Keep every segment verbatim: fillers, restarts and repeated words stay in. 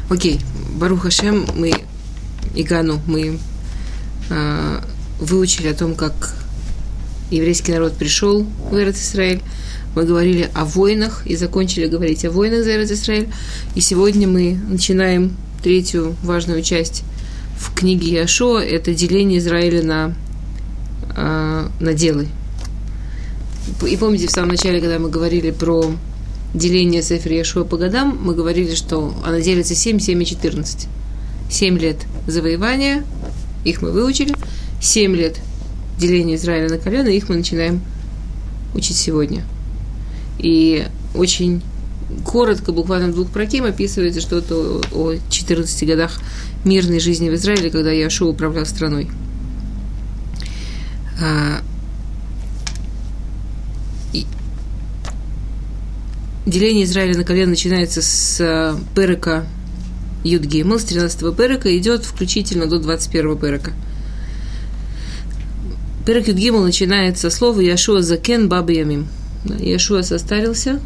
Окей, Барух Ашем, мы, Игану, мы э, выучили о том, как еврейский народ пришел в Эрец-Исраэль. Мы говорили о войнах и закончили говорить о войнах за Эрец-Исраэль. И сегодня мы начинаем третью важную часть в книге Йошуа. Это деление Израиля на, э, на делы. И помните, в самом начале, когда мы говорили про деление Сефер Йошуа по годам, мы говорили, что она делится семь, семь и четырнадцать. семь лет завоевания, их мы выучили. семь лет деления Израиля на колено, их мы начинаем учить сегодня. И очень коротко, буквально в двух праким, описывается что-то о четырнадцати годах мирной жизни в Израиле, когда Йошуа управлял страной. Деление Израиля на колено начинается с перека Юд Гимел, с тринадцатого перека, идет включительно до двадцать первого перека. Перек Юд Гимел начинается со слова Йошуа закен ба биямим. Йошуа состарился,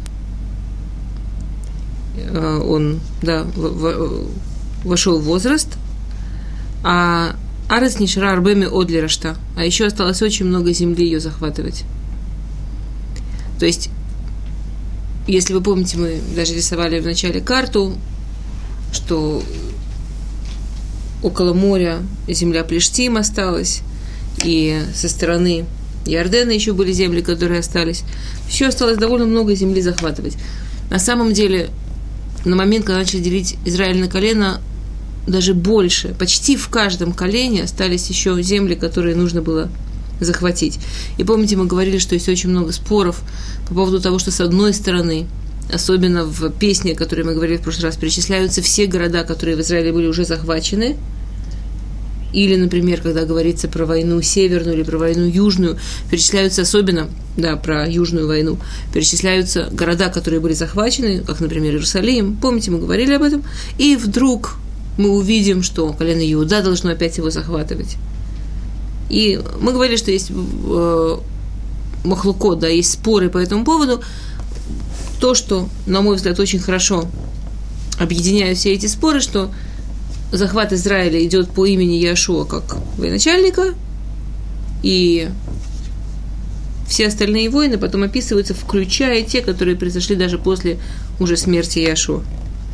он, да, вошел в возраст, а арец нишра арбе меод лирашта, а еще осталось очень много земли ее захватывать. То есть, если вы помните, мы даже рисовали в начале карту, что около моря земля Плештим осталась, и со стороны Иордена еще были земли, которые остались. Еще осталось довольно много земли захватывать. На самом деле, на момент, когда начали делить Израиль на колено, даже больше, почти в каждом колене остались еще земли, которые нужно было захватить. И помните, мы говорили, что есть очень много споров по поводу того, что с одной стороны, особенно в песне, о которой мы говорили в прошлый раз, перечисляются все города, которые в Израиле были уже захвачены. Или, например, когда говорится про войну северную или про войну южную, перечисляются особенно, да, про южную войну, перечисляются города, которые были захвачены, как, например, Иерусалим. Помните, мы говорили об этом. И вдруг мы увидим, что колено Иуда должно опять его захватывать. И мы говорили, что есть э, махлукот, да, есть споры по этому поводу. То, что, на мой взгляд, очень хорошо объединяют все эти споры, что захват Израиля идет по имени Йошуа как военачальника, и все остальные войны потом описываются, включая те, которые произошли даже после уже смерти Йошуа.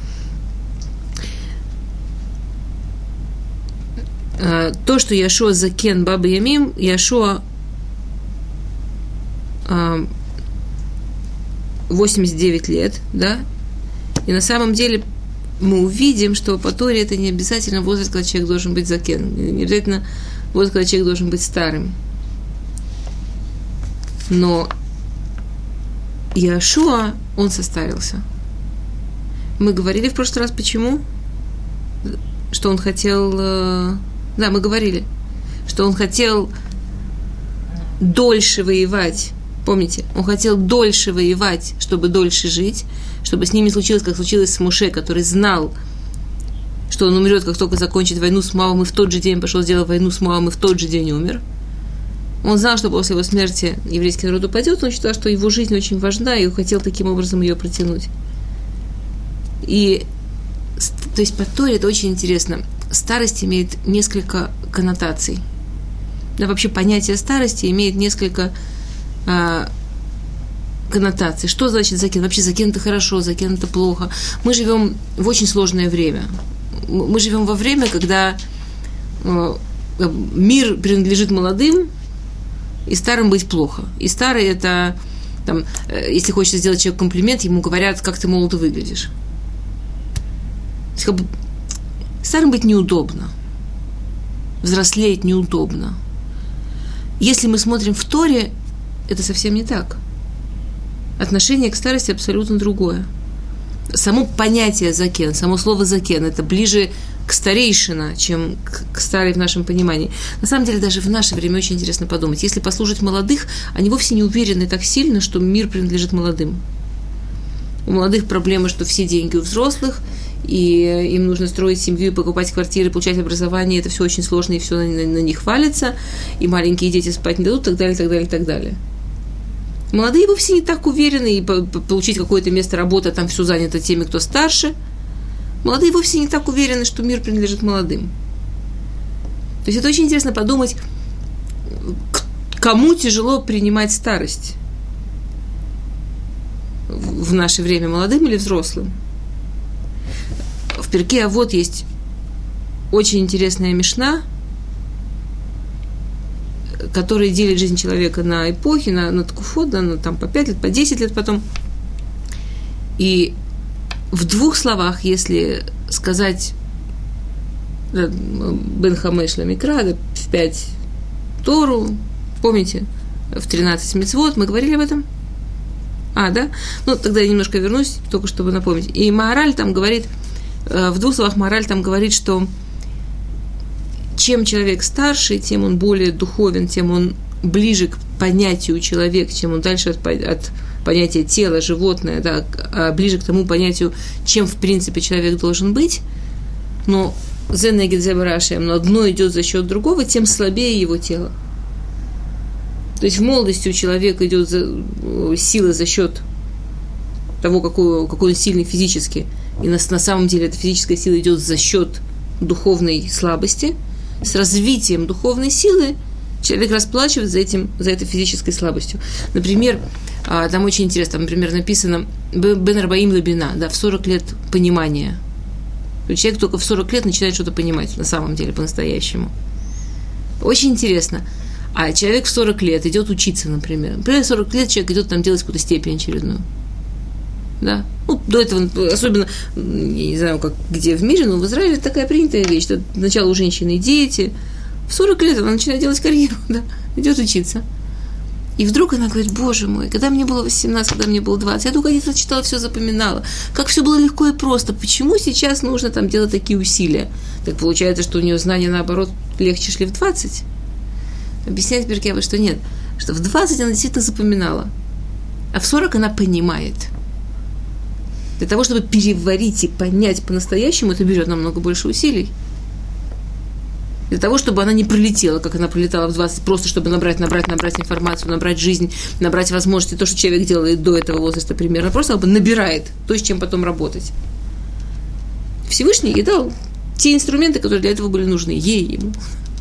То, что Йошуа закен ба биямим, Йошуа восемьдесят девять лет, да, и на самом деле мы увидим, что по Торе это не обязательно возраст, когда человек должен быть закен, не обязательно возраст, когда человек должен быть старым. Но Йошуа, он состарился. Мы говорили в прошлый раз, почему? Что он хотел... Да, мы говорили, что он хотел дольше воевать. Помните? Он хотел дольше воевать, чтобы дольше жить, чтобы с ними случилось, как случилось с Моше, который знал, что он умрет, как только закончит войну с Моавом, и в тот же день пошел сделать войну с Моавом, и в тот же день умер. Он знал, что после его смерти еврейский народ упадет, он считал, что его жизнь очень важна, и он хотел таким образом ее протянуть. И, то есть, по Торе это очень интересно. Старость имеет несколько коннотаций. Да, вообще понятие старости имеет несколько а, коннотаций. Что значит закен? Вообще закен это хорошо, закен это плохо. Мы живем в очень сложное время. Мы живем во время, когда а, мир принадлежит молодым, и старым быть плохо. И старый это, там, если хочется сделать человеку комплимент, ему говорят, как ты молодо выглядишь. Как бы, старым быть неудобно. Взрослеть неудобно. Если мы смотрим в Торе, это совсем не так. Отношение к старости абсолютно другое. Само понятие закен, само слово закен, это ближе к старейшина, чем к, к старой в нашем понимании. На самом деле, даже в наше время очень интересно подумать. Если послушать молодых, они вовсе не уверены так сильно, что мир принадлежит молодым. У молодых проблема, что все деньги у взрослых, и им нужно строить семью, покупать квартиры, получать образование, это все очень сложно, и все на, на, на них валится, и маленькие дети спать не дадут, и так далее, так далее, так далее. Молодые вовсе не так уверены, и по, по, получить какое-то место работы, там все занято теми, кто старше. Молодые вовсе не так уверены, что мир принадлежит молодым. То есть это очень интересно подумать, кому тяжело принимать старость в наше время, молодым или взрослым. В Перке Авот есть очень интересная мишна, которая делит жизнь человека на эпохи, на, на ткуфот, на, на, там, по пять лет, по десять лет потом. И в двух словах, если сказать Бен Хамеш Ламикра, в пять Тору, помните, в тринадцать мицвот, мы говорили об этом? А, да? Ну, тогда я немножко вернусь, только чтобы напомнить. И Маораль там говорит, в двух словах Маораль там говорит, что чем человек старше, тем он более духовен, тем он ближе к понятию человека, чем он дальше от, от понятия тела, животное, да, а ближе к тому понятию, чем в принципе человек должен быть. Но зенегет зебарашем, но одно идет за счет другого, тем слабее его тело. То есть в молодости у человека идет за, сила за счет того, какой, какой он сильный физически. И на, на самом деле эта физическая сила идет за счет духовной слабости. С развитием духовной силы человек расплачивается за, этим, за этой физической слабостью. Например, там очень интересно, там, например, написано «Бен арбаим лебина», да, в сорок лет понимания. Человек только в сорок лет начинает что-то понимать на самом деле, по-настоящему. Очень интересно. А человек в сорок лет идет учиться, например. Например, в сорок лет человек идет там делать какую-то степень очередную. Да? Ну, до этого, особенно, я не знаю, как, где в мире, но в Израиле такая принятая вещь, что сначала у женщины дети, в сорок лет она начинает делать карьеру, да, идет учиться. И вдруг она говорит: боже мой, когда мне было восемнадцать, когда мне было двадцать, я только где-то читала, все запоминала, как все было легко и просто, почему сейчас нужно там делать такие усилия? Так получается, что у нее знания, наоборот, легче шли в двадцать. Объясняет Перкей Авот, что нет, что в двадцать она действительно запоминала, а в сорок она понимает. Для того, чтобы переварить и понять по-настоящему, это берет намного больше усилий. Для того, чтобы она не пролетела, как она пролетала в двадцать, просто чтобы набрать, набрать, набрать информацию, набрать жизнь, набрать возможности, то, что человек делает до этого возраста примерно, просто как бы набирает то, с чем потом работать. Всевышний ей дал те инструменты, которые для этого были нужны, ей, ему.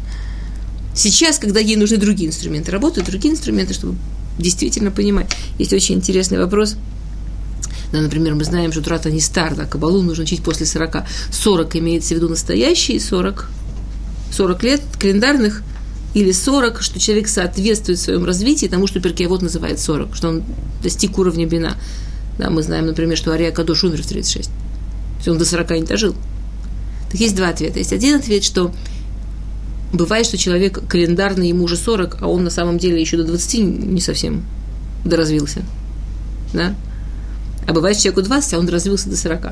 Сейчас, когда ей нужны другие инструменты, работают другие инструменты, чтобы действительно понимать. Есть очень интересный вопрос. Да, например, мы знаем, что Торат Нестар, да, Кабалу нужно учить после сорока. сорок имеется в виду настоящие сорок, сорок лет календарных, или сорок, что человек соответствует в своем развитии тому, что Перкей Авот называет сорок, что он достиг уровня бина. Да, мы знаем, например, что Ария Кадош умер в тридцать шесть. То есть он до сорока не дожил. Так есть два ответа. Есть один ответ, что бывает, что человек календарный, ему уже сорок, а он на самом деле еще до двадцати не совсем доразвился. Да? А бывает, что человеку двадцать, а он развился до сорока.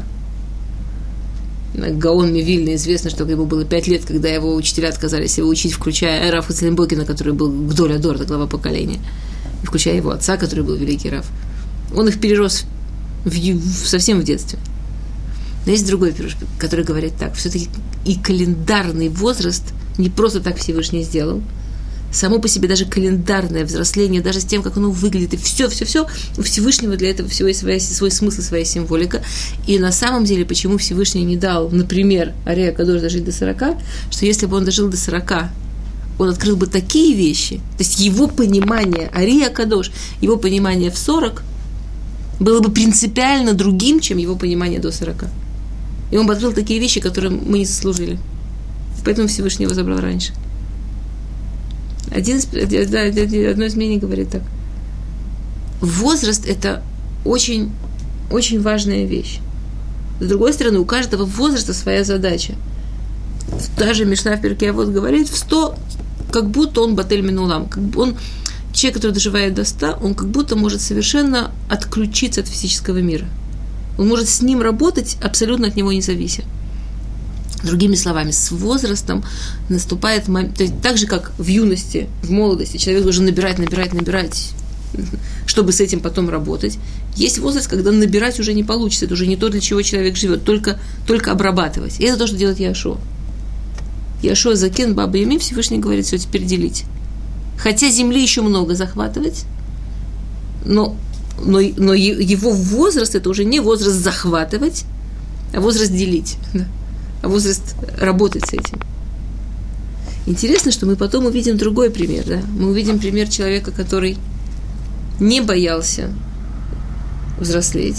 Гаон Мивильна известно, что ему было пять лет, когда его учителя отказались его учить, включая Рафа Цилимбокина, который был Гдоль Адор, глава поколения, и включая его отца, который был великий Раф. Он их перерос в, в, совсем в детстве. Но есть другой пируш, который говорит так: все-таки и календарный возраст не просто так Всевышний сделал. Само по себе даже календарное взросление, даже с тем, как оно выглядит, и все-все-все, у Всевышнего для этого всего есть свой, свой смысл, своя символика. И на самом деле, почему Всевышний не дал, например, Ария Кадош дожить до сорока, что если бы он дожил до сорока, он открыл бы такие вещи, то есть его понимание, Ария Кадош, его понимание в сорок было бы принципиально другим, чем его понимание до сорока. И он бы открыл такие вещи, которые мы не заслужили. Поэтому Всевышний его забрал раньше. Один, да, одно из мнений говорит так. Возраст – это очень, очень важная вещь. С другой стороны, у каждого возраста своя задача. Даже Мишна в Перкей Авот говорит, в сто, как будто он батель минулам. Как бы он, человек, который доживает до ста, он как будто может совершенно отключиться от физического мира. Он может с ним работать, абсолютно от него не завися. Другими словами, с возрастом наступает момент, то есть так же, как в юности, в молодости человек должен набирать, набирать, набирать, чтобы с этим потом работать. Есть возраст, когда набирать уже не получится, это уже не то, для чего человек живет, только, только обрабатывать. И это то, что делает Яшуа. Яшуа закен баба Ямим, Всевышний говорит: все, теперь делить. Хотя земли еще много захватывать, но, но, но его возраст, это уже не возраст захватывать, а возраст делить, да? А возраст работать с этим. Интересно, что мы потом увидим другой пример, да? Мы увидим пример человека, который не боялся взрослеть,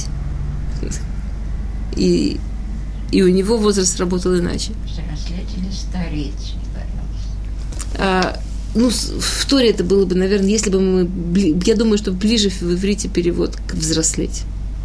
и, и у него возраст работал иначе. Взрослеть или стареть не боялся? А, ну, в Торе это было бы, наверное, если бы мы... Я думаю, что ближе в иврите перевод к взрослеть.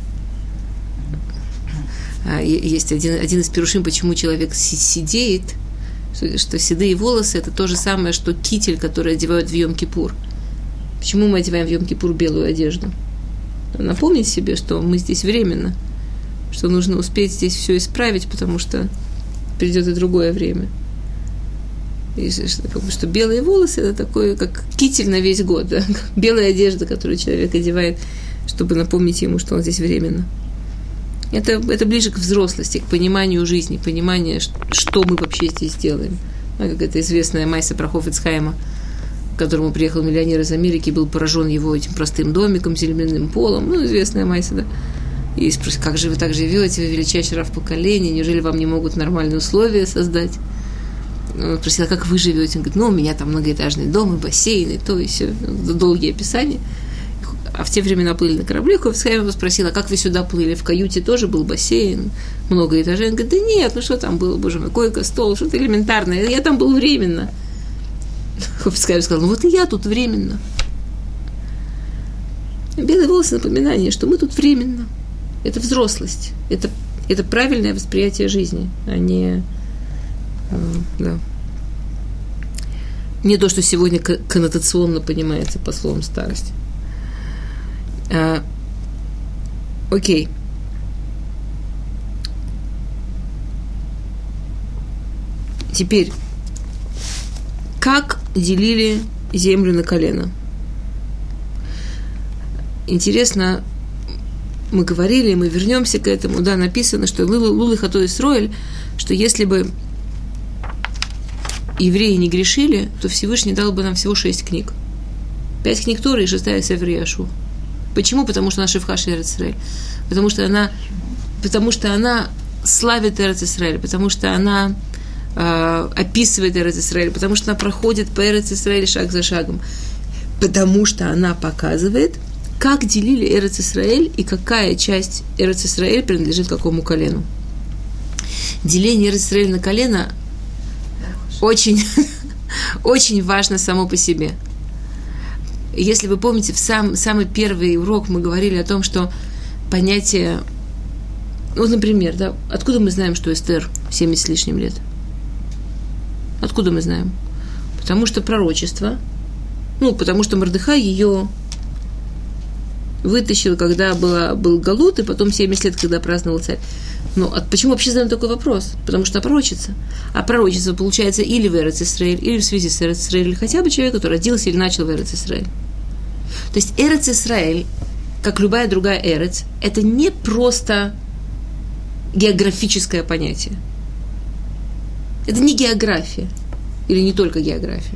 А, есть один, один из пирушим, почему человек сидеет, что, что седые волосы – это то же самое, что китель, который одевают в Йом-Кипур. Почему мы одеваем в Йом-Кипур белую одежду? Напомнить себе, что мы здесь временно, что нужно успеть здесь все исправить, потому что придет и другое время. И что, как бы, что белые волосы – это такое, как китель на весь год, да? Белая одежда, которую человек одевает, чтобы напомнить ему, что он здесь временно. Это, это ближе к взрослости, к пониманию жизни, пониманию, что мы вообще здесь делаем. А, как это известная майса про Хофец Хаима, к которому приехал миллионер из Америки, был поражен его этим простым домиком, земляным полом, ну, известная майса, да. И спросил, как же вы так живете, вы величайший рав поколения, неужели вам не могут нормальные условия создать? Он спросил, а как вы живете? Он говорит, ну, у меня там многоэтажный дом, и бассейн, и то, и все. Долгие описания. А в те времена плыли на корабле, Хофец Хаим его спросил, а как вы сюда плыли? В каюте тоже был бассейн, много этажей. Он говорит, да нет, ну что там было, боже мой, койка, стол, что-то элементарное. Я там был временно. Хофец Хаим сказал, ну вот и я тут временно. Белые волосы — напоминание, что мы тут временно. Это взрослость. Это, это правильное восприятие жизни, а не, да, не то, что сегодня коннотационно понимается по словам старость. А, окей. Теперь, как делили землю на колено? Интересно, мы говорили, мы вернемся к этому, да, написано, что Лулы Хато Исроэль, что если бы евреи не грешили, то Всевышний дал бы нам всего шесть книг. Пять книг Торы и шестая Сефер Яшуа. Почему? Потому что она Шевхаш Эрец Исраэль. Потому что она, потому что она славит Эрец Исраэль, потому что она э, описывает Эрец Исраэль, потому что она проходит по Эрец Исраэль шаг за шагом, потому что она показывает, как делили Эрец Исраэль и какая часть Эрец Исраэль принадлежит какому колену. Деление Эрец Исраэль на колено очень, очень важно само по себе. Если вы помните, в сам, самый первый урок мы говорили о том, что понятие... Вот, например, да, откуда мы знаем, что Эстер семьдесят с лишним лет? Откуда мы знаем? Потому что пророчество, ну, потому что Мордехай ее вытащил, когда была, был галут, и потом семьдесят лет, когда праздновал царь. Ну, а почему вообще задаем такой вопрос? Потому что пророчица. А пророчество получается или в Эрец Исраэль, или в связи с Эрец Исраэль, или хотя бы человек, который родился или начал в Эрец Исраэль. То есть Эрец Исраэль, как любая другая Эрец, это не просто географическое понятие. Это не география. Или не только география.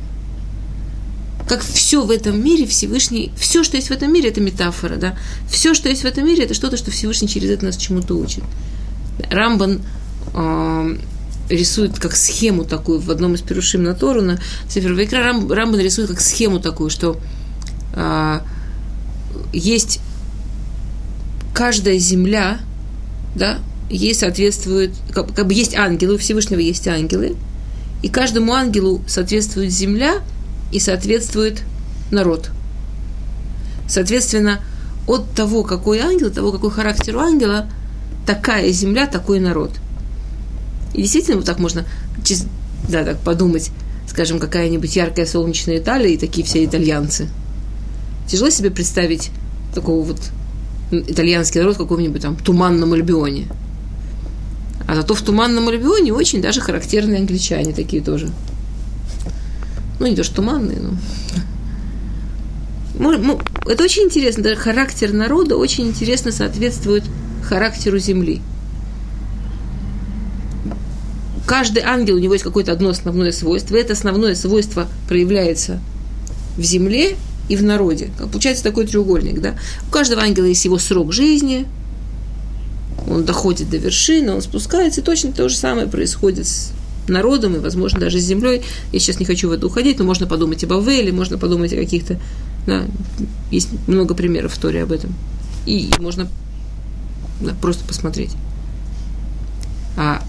Как все в этом мире Всевышний, все, что есть в этом мире, это метафора, да. Все, что есть в этом мире, это что-то, что Всевышний через это нас чему-то учит. Рамбан э, рисует как схему такую в одном из пирушим на Тору, на Сефер Вайкра, Рам, Рамбан рисует как схему такую, что э, есть каждая земля, да, ей соответствует, как, как бы есть ангелы, у Всевышнего есть ангелы, и каждому ангелу соответствует земля и соответствует народ. Соответственно, от того, какой ангел, от того, какой характер у ангела, такая земля, такой народ. И действительно, вот так можно, да, так подумать, скажем, какая-нибудь яркая солнечная Италия, и такие все итальянцы. Тяжело себе представить такого вот итальянский народ в каком-нибудь там Туманном Альбионе. А зато в Туманном Альбионе очень даже характерные англичане такие тоже. Ну, не то, что туманные, но... Это очень интересно. Даже характер народа очень интересно соответствует характеру земли. Каждый ангел, у него есть какое-то одно основное свойство, и это основное свойство проявляется в земле и в народе. Получается такой треугольник, да? У каждого ангела есть его срок жизни, Он доходит до вершины, он спускается, и точно то же самое происходит с народом и, возможно, даже с землей. Я сейчас не хочу в это уходить, но можно подумать об Авеле, можно подумать о каких-то... Да, есть много примеров в Торе об этом. И, и можно да, просто посмотреть. А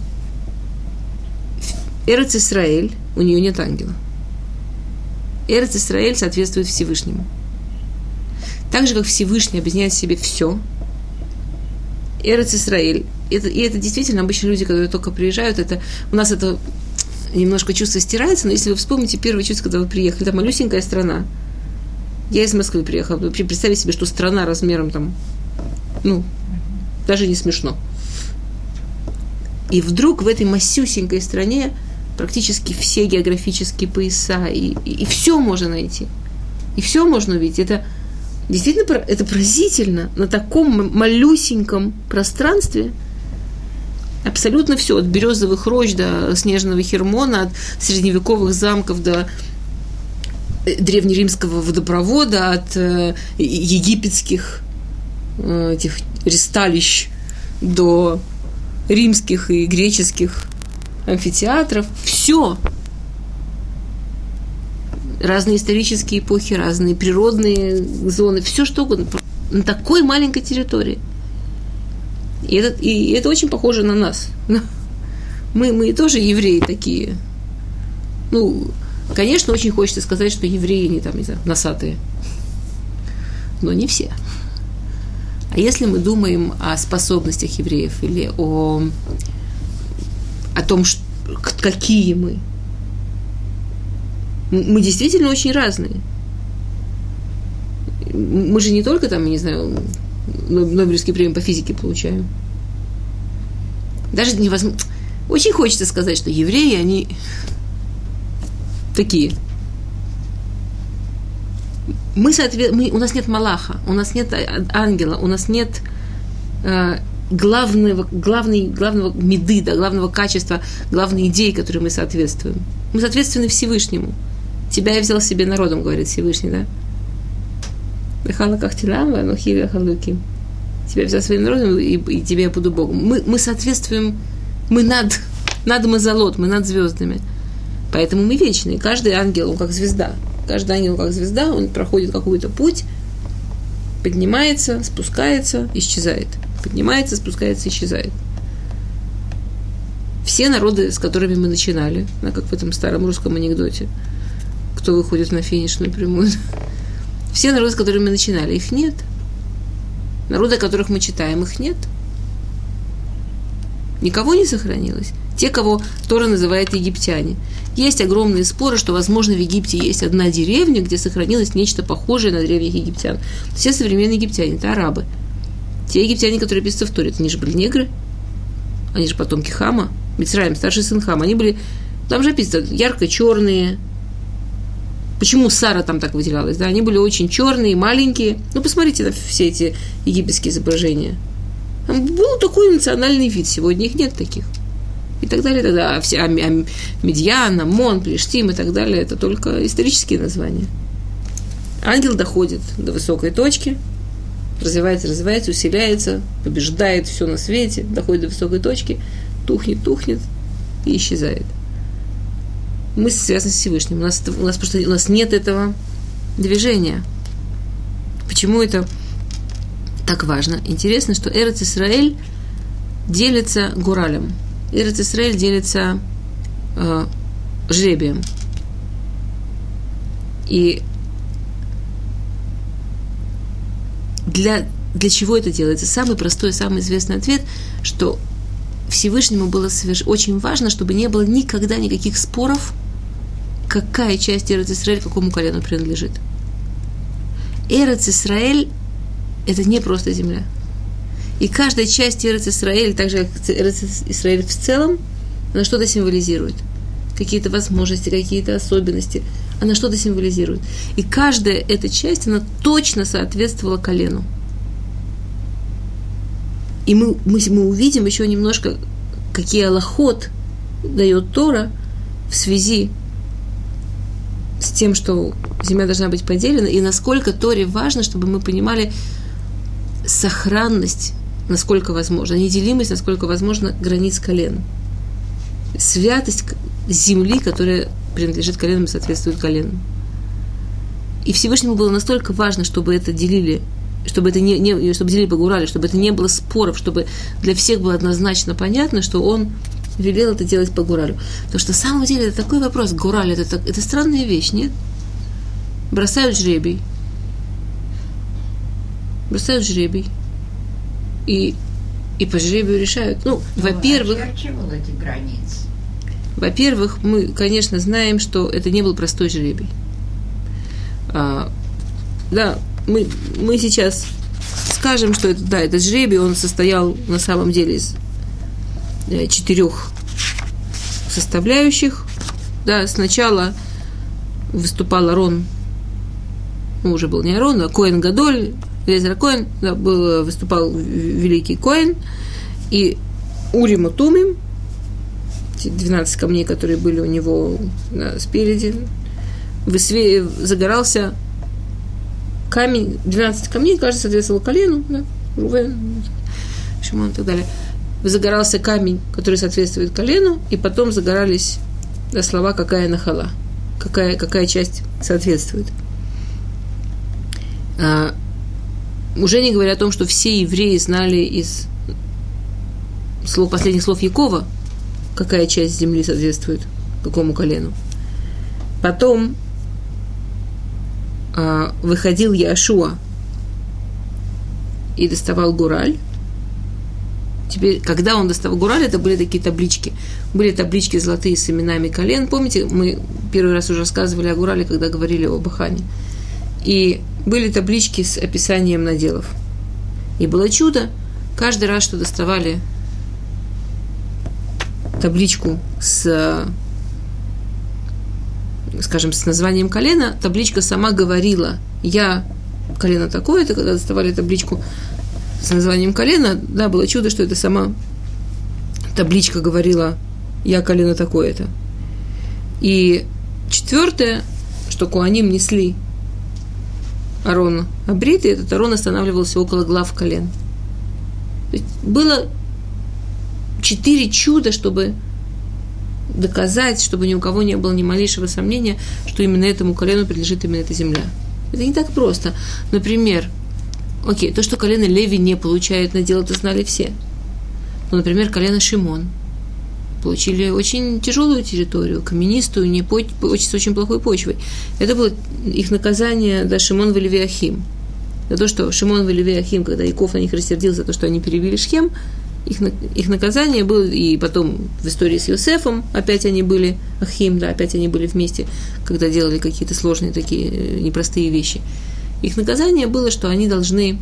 Эрец Исраэль, у нее нет ангела. Эрец Исраэль соответствует Всевышнему. Так же, как Всевышний объясняет себе все, Эрец Исраэль, это, и это действительно обычно люди, которые только приезжают, это, у нас это немножко чувство стирается, но если вы вспомните первое чувство, когда вы приехали, это малюсенькая страна. Я из Москвы приехала. Вообще представьте себе, что страна размером там, ну, даже не смешно. И вдруг в этой масюсенькой стране практически все географические пояса, и, и, и все можно найти. И все можно увидеть. Это действительно это поразительно. На таком малюсеньком пространстве абсолютно все. От березовых рощ до снежного Хермона, от средневековых замков до древнеримского водопровода, от э, египетских э, этих ристалищ до римских и греческих амфитеатров. Все. Разные исторические эпохи, разные природные зоны, все что угодно. На такой маленькой территории. И это, и это очень похоже на нас. Мы, мы тоже евреи такие. Ну, конечно, очень хочется сказать, что евреи, они там, не знаю, носатые. Но не все. А если мы думаем о способностях евреев или о, о том, что, какие мы, мы действительно очень разные. Мы же не только там, я не знаю, Нобелевские премии по физике получаем. Даже невозможно. Очень хочется сказать, что евреи, они такие. Мы, соответственно, мы, у нас нет малаха, у нас нет ангела, у нас нет э, главного, главной, главного меды, да, главного качества, главной идеи, которой мы соответствуем. Мы соответственны Всевышнему. Тебя я взял себе народом, говорит Всевышний, да? Тебя взял своим народом, и, и тебе я буду Богом. Мы, мы соответствуем, мы над, над Мазалот, мы над звездами. Поэтому мы вечные. Каждый ангел, он как звезда. Каждый ангел, как звезда, он проходит какой-то путь, поднимается, спускается, исчезает. Поднимается, спускается, исчезает. Все народы, с которыми мы начинали, да, как в этом старом русском анекдоте, кто выходит на финишную прямую, все народы, с которыми мы начинали, их нет. Народы, о которых мы читаем, их нет. Никого не сохранилось. Те, кого Тора называет египтяне. Есть огромные споры, что, возможно, в Египте есть одна деревня, где сохранилось нечто похожее на древних египтян. Все современные египтяне – это арабы. Те египтяне, которые описываются в Торе, они же были негры. Они же потомки Хама. Мицраим, старший сын Хама. Они были, там же описано, ярко-черные. Почему Сара там так выделялась? Да? Они были очень черные, маленькие. Ну, посмотрите на все эти египетские изображения. Там был такой национальный вид. Сегодня их нет таких. И так далее, тогда а все, а, а Медьян, Амон, Плештим и так далее, это только исторические названия. Ангел доходит до высокой точки, развивается, развивается, усиляется, побеждает все на свете, доходит до высокой точки, тухнет, тухнет и исчезает. Мы связаны с Всевышним. У нас, у нас, просто, у нас нет этого движения. Почему это так важно? Интересно, что Эрец Исраэль делится гуралем. Эрец Исраэль делится э, жребием. И для, для чего это делается? Самый простой, самый известный ответ, что Всевышнему было соверш... очень важно, чтобы не было никогда никаких споров, какая часть Эрец Исраэль какому колену принадлежит. Эрец Исраэль – это не просто земля. И каждая часть Эрец Исраэль, так же как Эрец Исраэль в целом, она что-то символизирует. Какие-то возможности, какие-то особенности. Она что-то символизирует. И каждая эта часть, она точно соответствовала колену. И мы, мы, мы увидим еще немножко, какие алахот дает Тора в связи с тем, что земля должна быть поделена, и насколько Торе важно, чтобы мы понимали сохранность насколько возможно, неделимость, насколько возможно, границ колен. Святость земли, которая принадлежит коленам и соответствует коленам. И Всевышнему было настолько важно, чтобы это делили, чтобы это не, не чтобы делили по гурале, чтобы это не было споров, чтобы для всех было однозначно понятно, что он велел это делать по гуралю. Потому что на самом деле это такой вопрос. Гураль это, это странная вещь, нет? Бросают жребий. Бросают жребий. И, и по жребию решают. Ну, Но во-первых... очерчивал эти границы. Во-первых, мы, конечно, знаем, что это не был простой жребий. А, да, мы, мы сейчас скажем, что это, да, этот жребий, он состоял на самом деле из э, четырех составляющих. Да, сначала выступал Арон, ну, уже был не Арон, а Коэн Гадоль, Лезер Коэн, да, был, выступал великий Коэн, и Урим и Тумим, эти двенадцать камней, которые были у него, да, спереди, высве... загорался камень, двенадцать камней, каждый соответствовал колену, да, Рувен, Шимон и так далее. Загорался камень, который соответствует колену, и потом загорались, да, слова «какая нахала», какая, какая часть соответствует. А, уже не говоря о том, что все евреи знали из слов, последних слов Якова, какая часть земли соответствует какому колену. Потом а, выходил Яшуа и доставал гураль. Теперь, когда он доставал гураль, это были такие таблички. Были таблички золотые с именами колен. Помните, мы первый раз уже рассказывали о гурале, когда говорили о Бахане. И были таблички с описанием наделов. И было чудо. Каждый раз, что доставали табличку с, скажем, с названием колена, табличка сама говорила: я колено такое-то. Когда доставали табличку с названием колена, да, было чудо, что это сама табличка говорила: я колено такое-то. И четвертое, что коаним несли Арон Абрит, и этот Арон останавливался около глав колен. То есть было четыре чуда, чтобы доказать, чтобы ни у кого не было ни малейшего сомнения, что именно этому колену принадлежит именно эта земля. Это не так просто. Например, окей, то, что колено Леви не получает надел, это знали все. Но, например, колено Шимон получили очень тяжелую территорию, каменистую, не по, очень, с очень плохой почвой. Это было их наказание, да, Шимон ве Ахим. За то, что Шимон ве Ахим, когда Яков на них рассердился за то, что они перебили Шхем, их, их наказание было, и потом в истории с Йосефом опять они были Ахим, да, опять они были вместе, когда делали какие-то сложные такие непростые вещи. Их наказание было, что они должны,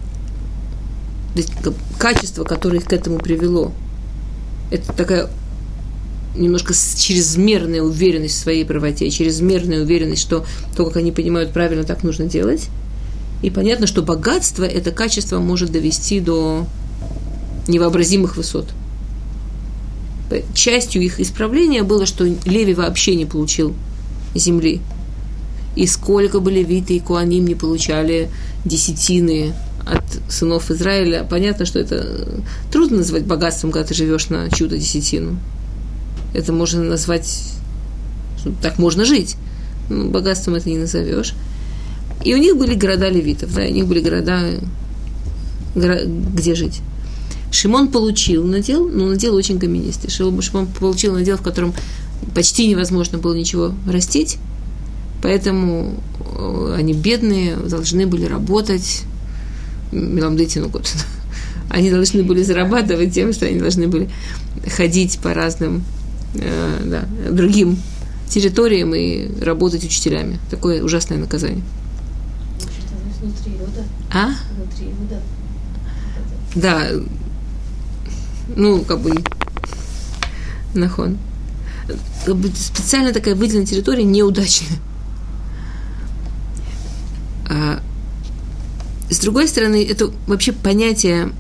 качество, которое их к этому привело, это такая немножко чрезмерная уверенность в своей правоте, чрезмерная уверенность, что то, как они понимают правильно, так нужно делать. И понятно, что богатство, это качество может довести до невообразимых высот. Частью их исправления было, что Леви вообще не получил земли. И сколько бы левиты и коаним не получали десятины от сынов Израиля, понятно, что это трудно назвать богатством, когда ты живешь на чью-то десятину. Это можно назвать, так можно жить, но богатством это не назовешь. И у них были города левитов, да, у них были города, где жить. Шимон получил надел, но надел очень каменистый. Шимон получил надел, в котором почти невозможно было ничего растить, поэтому они бедные, должны были работать. Меламдытину год. Они должны были зарабатывать тем, что они должны были ходить по разным э, да, другим территориям и работать учителями. Такое ужасное наказание. Внутри Иуда. А? Внутри Иуда. Да. Ну, как бы нахон. Как бы специально такая выделенная территория неудачная. А с другой стороны, это вообще понятие,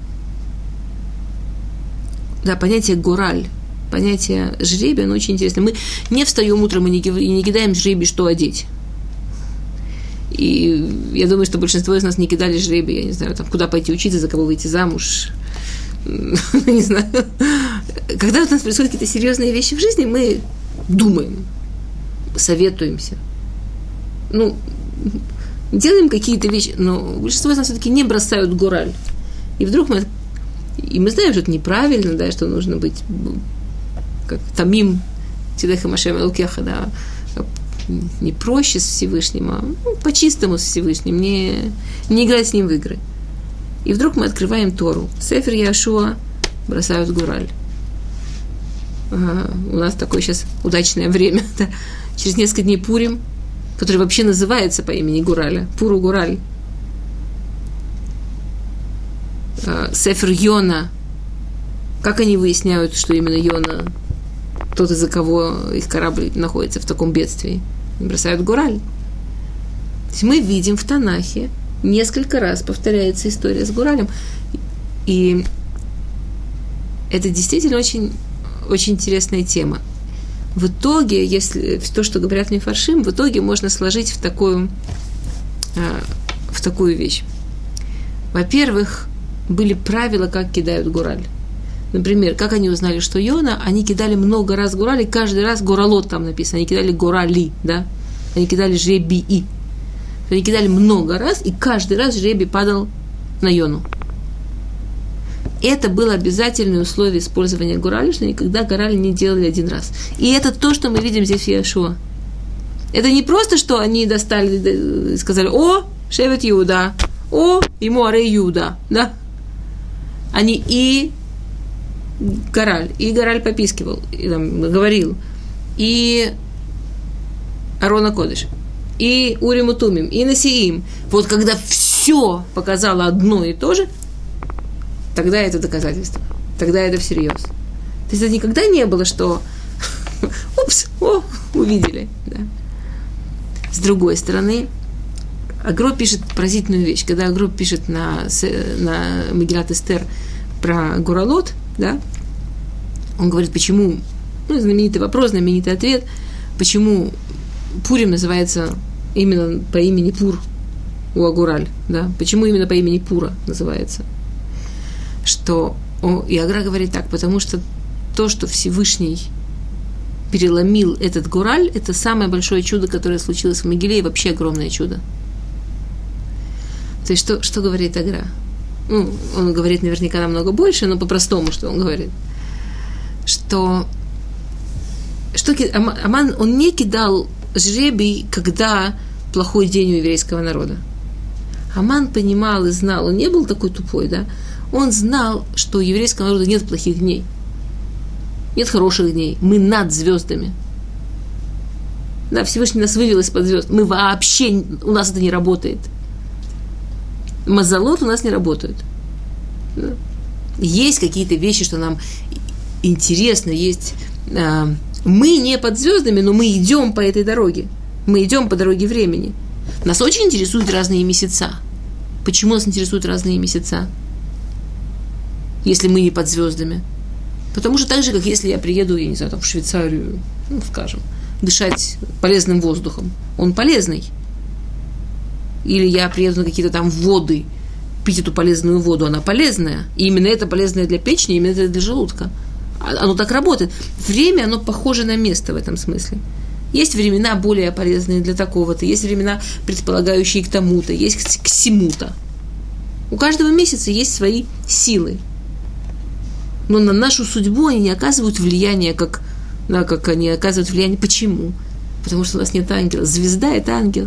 да, понятие гораль, понятие жребия, оно очень интересно. Мы не встаем утром и не, и не кидаем жребий, что одеть. И я думаю, что большинство из нас не кидали жребий, я не знаю, там, куда пойти учиться, за кого выйти замуж, не знаю, когда у нас происходят какие-то серьезные вещи в жизни, мы думаем, советуемся, ну, делаем какие-то вещи, но большинство из нас все-таки не бросают гораль. И вдруг мы, и мы знаем, что это неправильно, да, что нужно быть как тамим, тидеха машем элкеха, да, не проще с Всевышним, а ну, по-чистому с Всевышним, не, не играть с ним в игры. И вдруг мы открываем Тору. Сефер Яшуа бросают гораль. Ага, у нас такое сейчас удачное время. Да. Через несколько дней Пурим, который вообще называется по имени Гураля. Пуру Гураль. Сефер Йона. Как они выясняют, что именно Йона тот, из-за кого их корабль находится в таком бедствии? Бросают гораль. То есть мы видим в Танахе, несколько раз повторяется история с горалем. И это действительно очень, очень интересная тема. В итоге, если то, что говорят мифаршим, в итоге можно сложить в такую, в такую вещь. Во-первых, были правила, как кидают гораль. Например, как они узнали, что Йона, они кидали много раз гораль, и каждый раз горалот там написано, они кидали горали, да, они кидали жребии. Они кидали много раз, и каждый раз жребий падал на Йону. Это было обязательное условие использования гораля, что никогда гораль не делали один раз. И это то, что мы видим здесь в Яшуа. Это не просто, что они достали и сказали: «О, Шевет Иуда, о, ему Арей Иуда», да? Они и гораль, и гораль попискивал, и там, говорил, и Арона Кодыш, и Урим и Тумим, и Насиим. Вот когда все показало одно и то же, тогда это доказательство, тогда это всерьез. То есть это никогда не было, что упс, о, увидели. Да. С другой стороны, Агро пишет поразительную вещь. Когда Агро пишет на, на Мегилат Эстер про Гуралот, да, он говорит, почему, ну, знаменитый вопрос, знаменитый ответ, почему Пурим называется именно по имени Пур у Агураль, да, почему именно по имени Пура называется. Что, о, и Агра говорит так, потому что то, что Всевышний переломил этот Гураль, это самое большое чудо, которое случилось в Мегиле, и вообще огромное чудо. То есть, что, что говорит Агра? Ну, он говорит наверняка намного больше, но по-простому, что он говорит. Что, что Аман, он не кидал жребий, когда плохой день у еврейского народа. Аман понимал и знал, он не был такой тупой, да? Он знал, что у еврейского народа нет плохих дней. Нет хороших дней. Мы над звездами. Да, Всевышний нас вывел из-под звезд. Мы вообще, у нас это не работает. Мазалот у нас не работают. Да. Есть какие-то вещи, что нам интересно, есть. Э, мы не под звездами, но мы идем по этой дороге. Мы идем по дороге времени. Нас очень интересуют разные месяца. Почему нас интересуют разные месяца, если мы не под звездами? Потому что так же, как если я приеду, я не знаю, там, в Швейцарию, ну, скажем, дышать полезным воздухом. Он полезный. Или я приеду на какие-то там воды, пить эту полезную воду, она полезная. И именно это полезное для печени, именно это для желудка. Оно так работает. Время, оно похоже на место в этом смысле. Есть времена более полезные для такого-то, есть времена, предполагающие к тому-то, есть к всему-то. У каждого месяца есть свои силы. Но на нашу судьбу они не оказывают влияния, как, да, как они оказывают влияние. Почему? Потому что у нас нет ангела. Звезда – это ангел.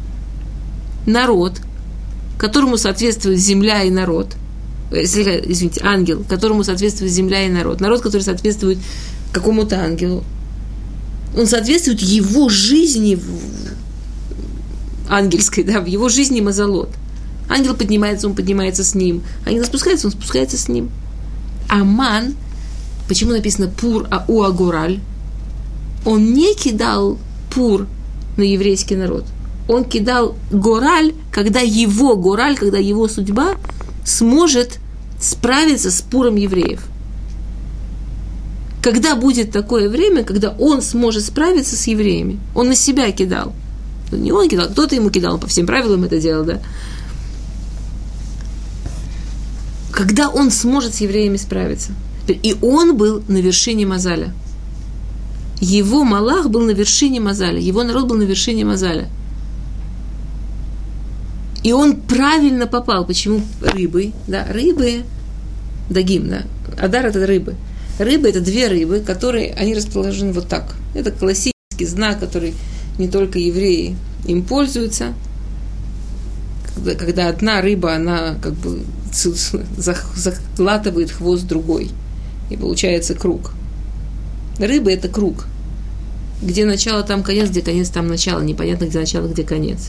Народ, которому соответствует земля и народ, извините, ангел, которому соответствует земля и народ, народ, который соответствует какому-то ангелу, он соответствует его жизни ангельской, да, в его жизни мазалот. Ангел поднимается, он поднимается с ним. Ангел спускается, он спускается с ним. Аман, почему написано Пур, а у Агораль, он не кидал Пур на еврейский народ. Он кидал Гораль, когда его Гораль, когда его судьба сможет справиться с Пуром евреев. Когда будет такое время, когда он сможет справиться с евреями? Он на себя кидал. Не он кидал, кто-то ему кидал, по всем правилам это делал, да. когда он сможет с евреями справиться. И он был на вершине Мазаля. Его Малах был на вершине Мазаля. Его народ был на вершине Мазаля. И он правильно попал. Почему рыбы? Да, рыбы, дагим, да. Адар – это рыбы. Рыбы – это две рыбы, которые, они расположены вот так. Это классический знак, который не только евреи им пользуются. Когда, когда одна рыба, она как бы заглатывает хвост другой. И получается круг. Рыба – это круг. Где начало, там конец, где конец, там начало. Непонятно, где начало, где конец.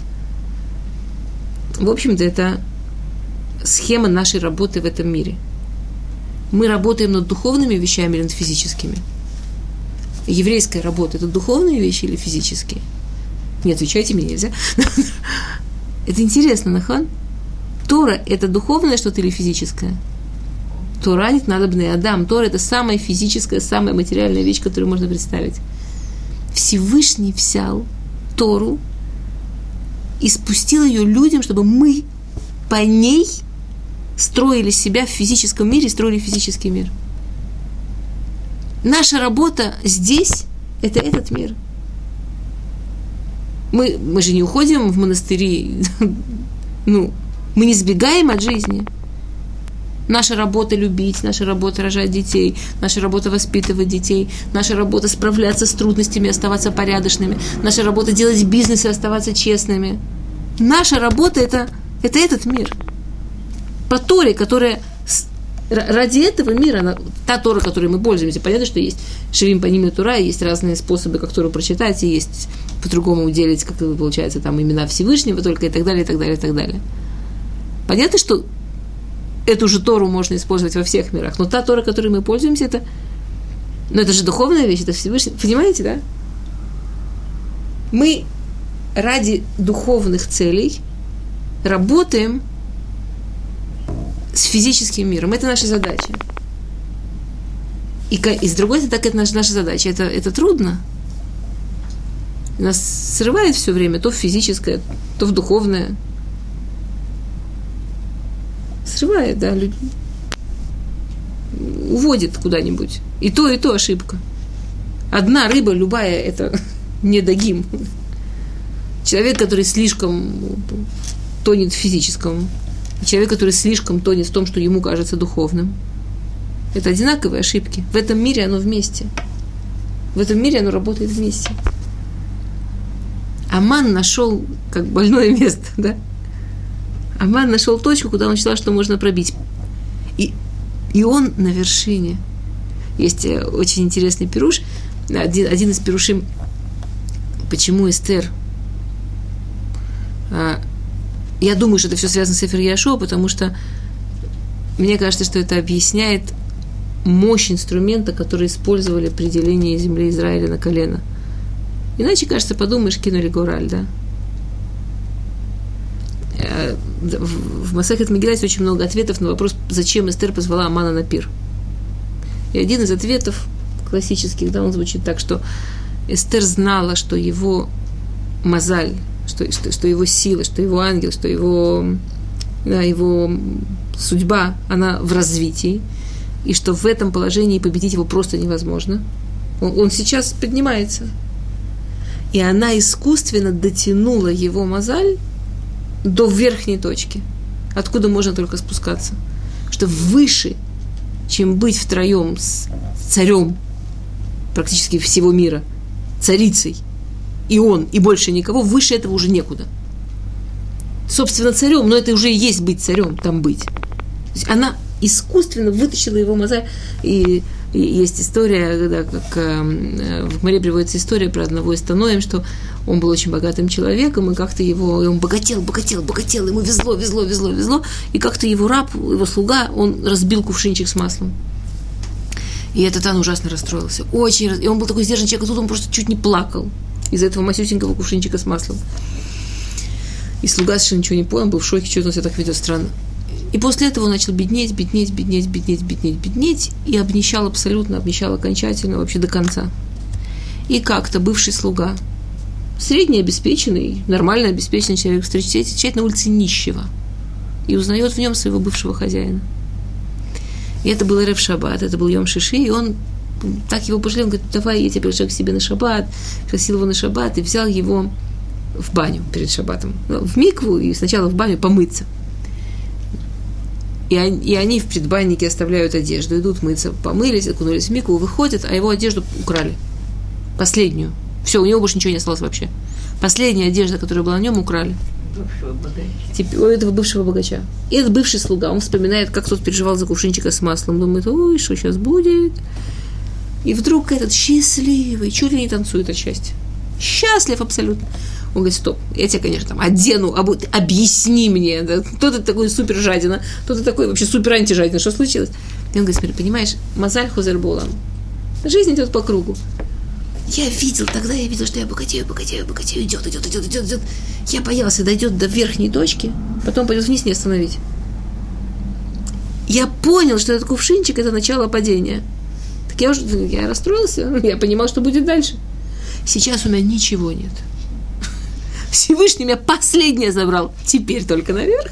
В общем-то, это схема нашей работы в этом мире. Мы работаем над духовными вещами или над физическими? Еврейская работа – это духовные вещи или физические? Не отвечайте мне, нельзя. Это интересно, нахан? Тора – это духовное что-то или физическое? Тора нет надобный Адам. Тора – это самая физическая, самая материальная вещь, которую можно представить. Всевышний взял Тору и спустил ее людям, чтобы мы по ней строили себя в физическом мире, строили физический мир. Наша работа здесь – это этот мир. Мы, мы же не уходим в монастыри, ну, мы не сбегаем от жизни. Наша работа – любить, наша работа – рожать детей, наша работа – воспитывать детей, наша работа – справляться с трудностями, оставаться порядочными, наша работа – делать бизнес и оставаться честными. Наша работа – это, это этот мир. По Торе, которая ради этого мира, она, та Тора, которой мы пользуемся, понятно, что есть Шевим по ним и Тура, есть разные способы, как Тору прочитать, и есть по-другому уделить, как получается, там имена Всевышнего только и так далее, и так далее, и так далее. Понятно, что эту же Тору можно использовать во всех мирах, но та Тора, которой мы пользуемся, это, ну, это же духовная вещь, это Всевышний, понимаете, да? Мы ради духовных целей работаем с физическим миром. Это наша задача. И, и с другой стороны, так это наша, наша задача. Это, это трудно. Нас срывает все время то в физическое, то в духовное. Срывает, да, люди. Уводит куда-нибудь. И то, и то ошибка. Одна рыба, любая, это не дагим. Человек, который слишком тонет в физическом, и человек, который слишком тонет в том, что ему кажется духовным. Это одинаковые ошибки. В этом мире оно вместе. В этом мире оно работает вместе. Аман нашел как больное место, да? Аман нашел точку, куда он считал, что можно пробить. И, и он на вершине. Есть очень интересный пируш. Один, один из пирушим, почему Эстер. Я думаю, что это все связано с Сефер Яшуа, потому что мне кажется, что это объясняет мощь инструмента, который использовали при делении земли Израиля на колено. Иначе, кажется, подумаешь, кинули гораль, да? В Масехет Мегилат очень много ответов на вопрос, зачем Эстер позвала Амана на пир. И один из ответов классических, да, он звучит так, что Эстер знала, что его мазаль, что, что, что его сила, что его ангел, что его, да, его судьба, она в развитии, и что в этом положении победить его просто невозможно. Он, он сейчас поднимается. И она искусственно дотянула его мазаль до верхней точки, откуда можно только спускаться. Что выше, чем быть втроем с царем практически всего мира, царицей, и он, и больше никого, выше этого уже некуда. Собственно, царем, но это уже и есть быть царем, там быть. То есть она искусственно вытащила его мозаик. И, и есть история, когда, как э, в Гмаре приводится история про одного из Таноим, что он был очень богатым человеком, и как-то его, и он богател, богател, богател, ему везло, везло, везло, везло, и как-то его раб, его слуга, он разбил кувшинчик с маслом. И этот Тан ужасно расстроился, очень, и он был такой сдержанный человек, а тут он просто чуть не плакал из-за этого масюсенького кувшинчика с маслом. И слуга совершенно ничего не понял, был в шоке, что он себя так ведет странно. И после этого он начал беднеть, беднеть, беднеть, беднеть, беднеть, беднеть, и обнищал абсолютно, обнищал окончательно, вообще до конца. И как-то бывший слуга, средне обеспеченный, нормально обеспеченный человек, встречает, встречает на улице нищего и узнает в нем своего бывшего хозяина. И это был Эрев Шаббат, это был Йом Шиши, и он так его пожалел, он говорит, давай я тебя приглашаю к себе на шаббат, пригласил его на шаббат и взял его в баню перед шаббатом, в микву и сначала в баню помыться. И они, и они в предбаннике оставляют одежду, идут мыться, помылись, окунулись в микву, выходят, а его одежду украли. Последнюю. Все, у него больше ничего не осталось вообще. Последняя одежда, которая была на нем, украли. Бывшего богача. Теперь, у этого бывшего богача. И этот бывший слуга, он вспоминает, как тот переживал за кувшинчика с маслом. Думает, ой, что сейчас будет? И вдруг этот счастливый, чуть ли не танцует от счастья. Счастлив абсолютно. Он говорит, стоп, я тебя, конечно, там одену, обу... объясни мне, да, кто ты такой супер жадина, кто ты такой вообще супер антижадина, что случилось? И он говорит, смотри, понимаешь, мазаль хозер болам. Жизнь идет по кругу. Я видел, тогда я видел, что я богатею, богатею, богатею, идет, идет, идет, идет, идет. Я боялся, дойдет до верхней точки, потом пойдет вниз, не остановить. Я понял, что этот кувшинчик – это начало падения. Так я уже я расстроился, я понимал, что будет дальше. Сейчас у меня ничего нет. Всевышний меня последнее забрал. Теперь только наверх.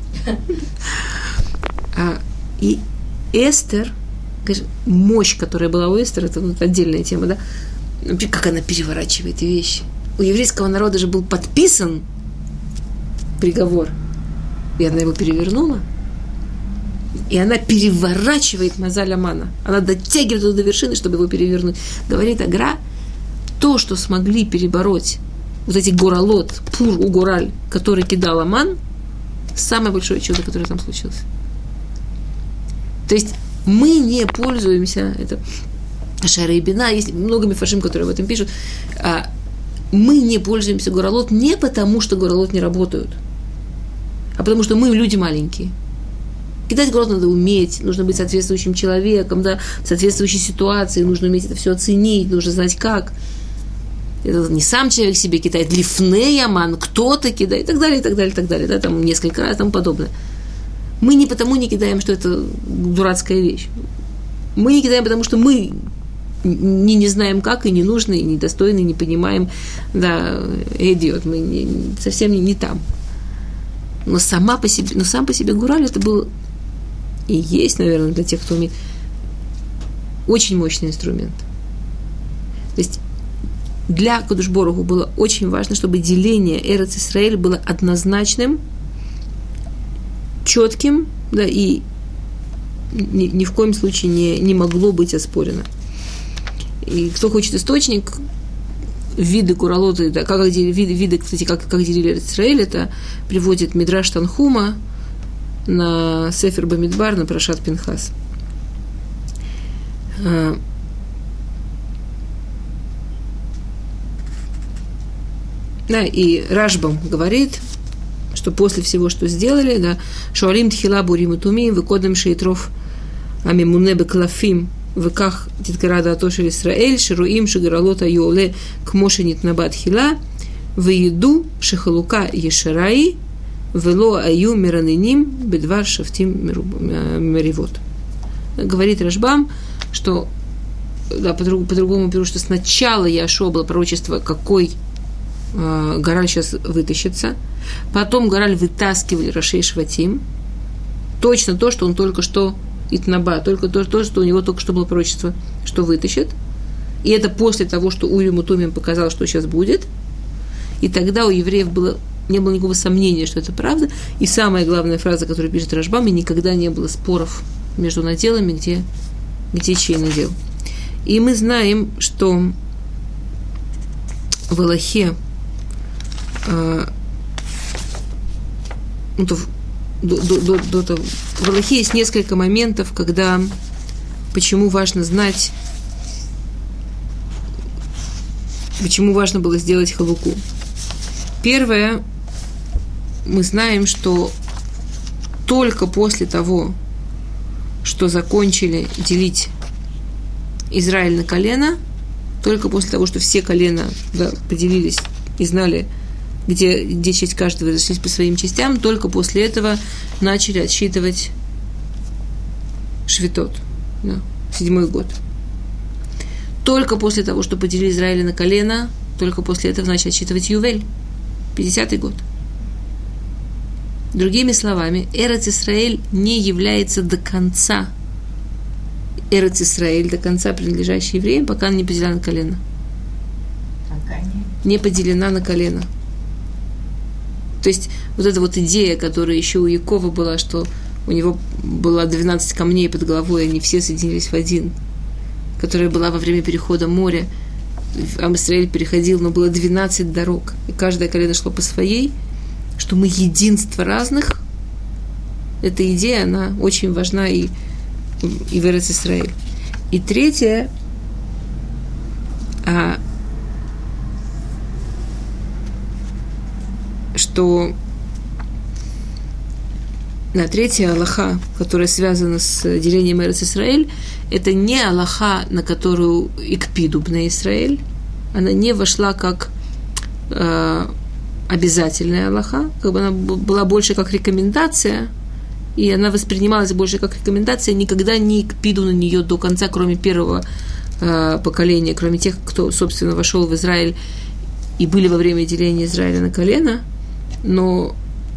А, и Эстер, мощь, которая была у Эстер, это вот отдельная тема, да? Как она переворачивает вещи. У еврейского народа же был подписан приговор. И она его перевернула. И она переворачивает мазаль Амана. Она дотягивает его до вершины, чтобы его перевернуть. Говорит Агра, то, что смогли перебороть вот эти горолот, пур у гораль, который кидал Аман, самое большое чудо, которое там случилось. То есть мы не пользуемся, это Шара и Бина, есть много мифашим, которые об этом пишут, а мы не пользуемся горолот не потому, что горолот не работают, а потому что мы люди маленькие. Кидать горолот надо уметь, нужно быть соответствующим человеком, да, в соответствующей ситуации, нужно уметь это все оценить, нужно знать как. Это не сам человек себе кидает, лифней Аман, кто-то кидает, и так далее, и так далее, и так далее, да, там несколько раз, и тому подобное. Мы не потому не кидаем, что это дурацкая вещь. Мы не кидаем, потому что мы не, не знаем как, и не нужны, и недостойны, не понимаем, да, идиот, мы не, совсем не, не там. Но сама по себе, но сам по себе гураль это был и есть, наверное, для тех, кто умеет, очень мощный инструмент. То есть для Кадош Боруху было очень важно, чтобы деление Эрец Исраэль было однозначным, четким, да, и ни, ни в коем случае не, не могло быть оспорено. И кто хочет источник, виды куралоты, да, как, виды, виды, кстати, как, как делили Эрец Исраэль, это приводит Мидраш Танхума на Сефер Бамидбар, на Парашат Пинхас. Да, и Рашбам говорит, что после всего, что сделали, да, Шуалим Тхила Бурим и Тумим, выкодам Шейтров Амимуне Беклафим, выках Титкарада Атошель Исраэль, Шируим Шигаралота Юоле Кмошенит Набат Хила, Вееду Шихалука Ешараи, Вело Аю Мираниним, Бедвар Шафтим Меривот. Говорит Рашбам, что, да, по-другому беру, что сначала Яшуа было пророчество, какой Гораль сейчас вытащится. Потом Гораль вытаскивали Рашей Шватим. Точно то, что он только что Итнаба, только то, то, что у него только что было пророчество, что вытащит. И это после того, что Урим и Тумим показал, что сейчас будет. И тогда у евреев было, не было никакого сомнения, что это правда. И самая главная фраза, которую пишет Рашбам, и никогда не было споров между наделами, где, где чей надел. И мы знаем, что в Алахе ну, то, до, до, до, до того. В Алахе есть несколько моментов, когда почему важно знать, почему важно было сделать халуку. Первое, мы знаем, что только после того, что закончили делить Израиль на колено, только после того, что все колена, да, поделились и знали, где, где часть каждого разошлись по своим частям, только после этого начали отсчитывать швитот, да, седьмой год. Только после того, что поделили Израиль на колено, только после этого начали отсчитывать Ювель, пятидесятый год. Другими словами, Эрец Исраэль не является до конца Эрец Исраэль, до конца принадлежащий евреям, пока она не поделена на колено. Пока нет. Не поделена на колено. То есть вот эта вот идея, которая еще у Якова была, что у него было двенадцать камней под головой, они все соединились в один, которая была во время перехода моря. Ам Исраэль переходил, но было двенадцать дорог, и каждое колено шло по своей, что мы единство разных. Эта идея, она очень важна и, и в Эрец Исраэль. И третье, а, что да, третья алаха, которая связана с делением Эрец Исраэль, это не алаха, на которую икпиду бней Исраэль, она не вошла как э, обязательная алаха, как бы она была больше как рекомендация, и она воспринималась больше как рекомендация, никогда не икпиду на нее до конца, кроме первого э, поколения, кроме тех, кто, собственно, вошел в Израиль и были во время деления Израиля на колено, но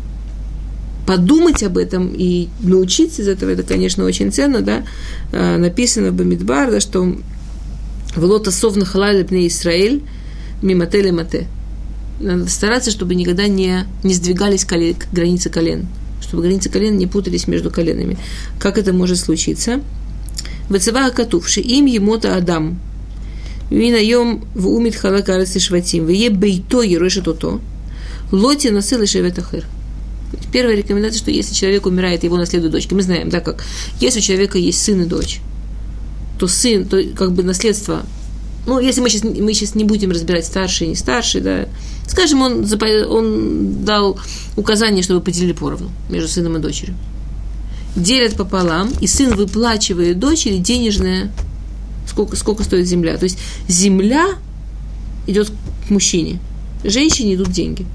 подумать об этом и научиться из этого, это, конечно, очень ценно, да, э, написано в Бамидбар, да, что «Велота совна халаль бней Исраэль мимате лемате». Надо стараться, чтобы никогда не, не сдвигались колен, границы колен, чтобы границы колен не путались между коленами. Как это может случиться? «Вацава акатувши им емота адам, винаем в умит халакарес и шватим, вие бейто ерошет ото, лоти насыл и шевет ахыр». Первая рекомендация, что если человек умирает, его наследуют дочки. Мы знаем, да, как если у человека есть сын и дочь, то сын, то как бы наследство, ну, если мы сейчас, мы сейчас не будем разбирать старший и не старший, да, скажем, он, он дал указание, чтобы поделили поровну между сыном и дочерью. Делят пополам, и сын выплачивает дочери денежное, сколько, сколько стоит земля. То есть земля идет к мужчине, женщине идут деньги.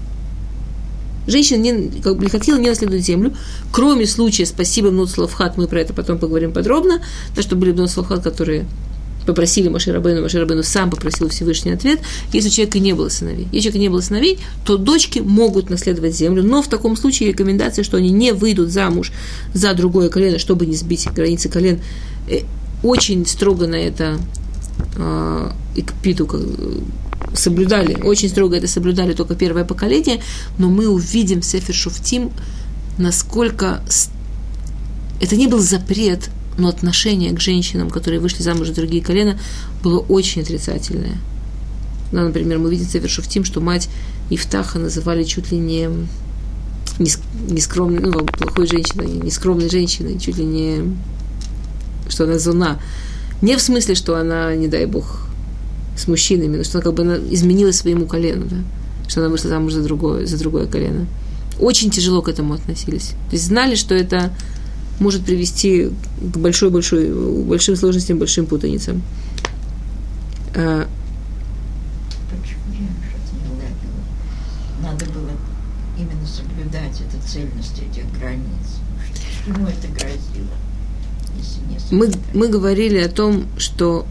Женщина не, как бы, лихатхила не наследует землю, кроме случая, спасибо Бнут Славхат, мы про это потом поговорим подробно, да, что были Бнут Славхат, которые попросили Моше Рабейну, Моше Рабейну сам попросил Всевышний ответ. Если у человека не было сыновей, если у человека не было сыновей, то дочки могут наследовать землю, но в таком случае рекомендация, что они не выйдут замуж за другое колено, чтобы не сбить границы колен. Очень строго на это э, икпиду соблюдали, очень строго это соблюдали только первое поколение, но мы увидим в Сефер Шуфтим, насколько это не был запрет, но отношение к женщинам, которые вышли замуж за другие колена, было очень отрицательное. Да, например, мы видим в Сефер Шуфтим, что мать Ифтаха называли чуть ли не, не, не скромной, ну, плохой женщиной, не скромной женщиной, чуть ли не, что она зуна. Не в смысле, что она, не дай бог, с мужчинами, но что она как бы она изменила своему колену, да? Что она вышла замуж за другое, за другое колено. Очень тяжело к этому относились. То есть знали, что это может привести к большой-большой, большим сложностям, большим путаницам. А... Почему я что-то не уловила? Надо было именно соблюдать эту цельность этих границ. Чему это грозило? Если не мы, мы говорили о том, что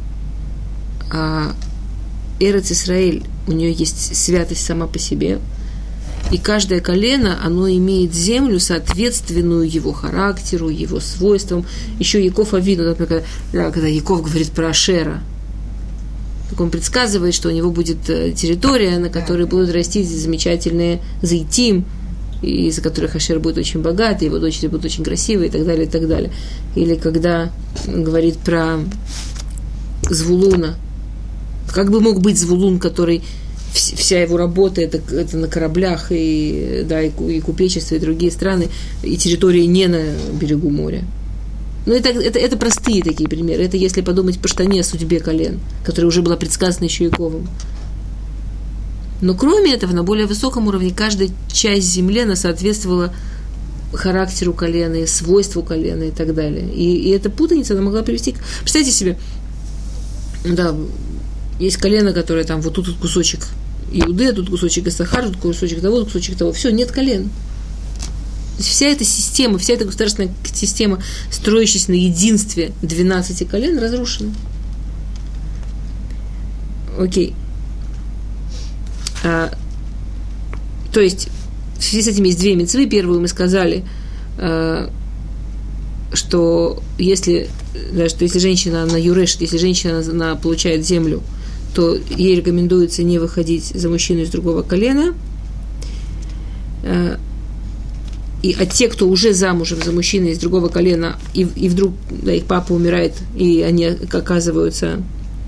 а Эрец Исраэль, у нее есть святость сама по себе, и каждое колено, оно имеет землю, соответственную его характеру, его свойствам. Еще Яков Авину, например, когда, когда Яков говорит про Ашера, так он предсказывает, что у него будет территория, на которой будут расти замечательные зайтим, из-за которых Ашер будет очень богатый, его дочери будут очень красивые и так далее, и так далее. Или когда он говорит про Звулуна, как бы мог быть Звулун, который вся его работа это, это на кораблях и, да, и, и купечество, и другие страны, и территории не на берегу моря. Но это, это, это простые такие примеры. Это если подумать по штане о судьбе колен, которая уже была предсказана еще Яковом. Но кроме этого, на более высоком уровне каждая часть земли она соответствовала характеру колена, свойству колена и так далее. И, и эта путаница она могла привести к... Представьте себе, да, есть колено, которое там вот тут, тут кусочек Иуды, тут кусочек Иссахар, тут кусочек того, тут кусочек того. Все, нет колен. То есть вся эта система, вся эта государственная система, строящаяся на единстве двенадцати колен, разрушена. Окей. А, то есть в связи с этим есть две мицвы. Первую мы сказали, а, что если да, что если женщина, она юрешит, если женщина, она получает землю, то ей рекомендуется не выходить за мужчину из другого колена. И, а те, кто уже замужем за мужчиной из другого колена, и, и вдруг да, их папа умирает, и они оказываются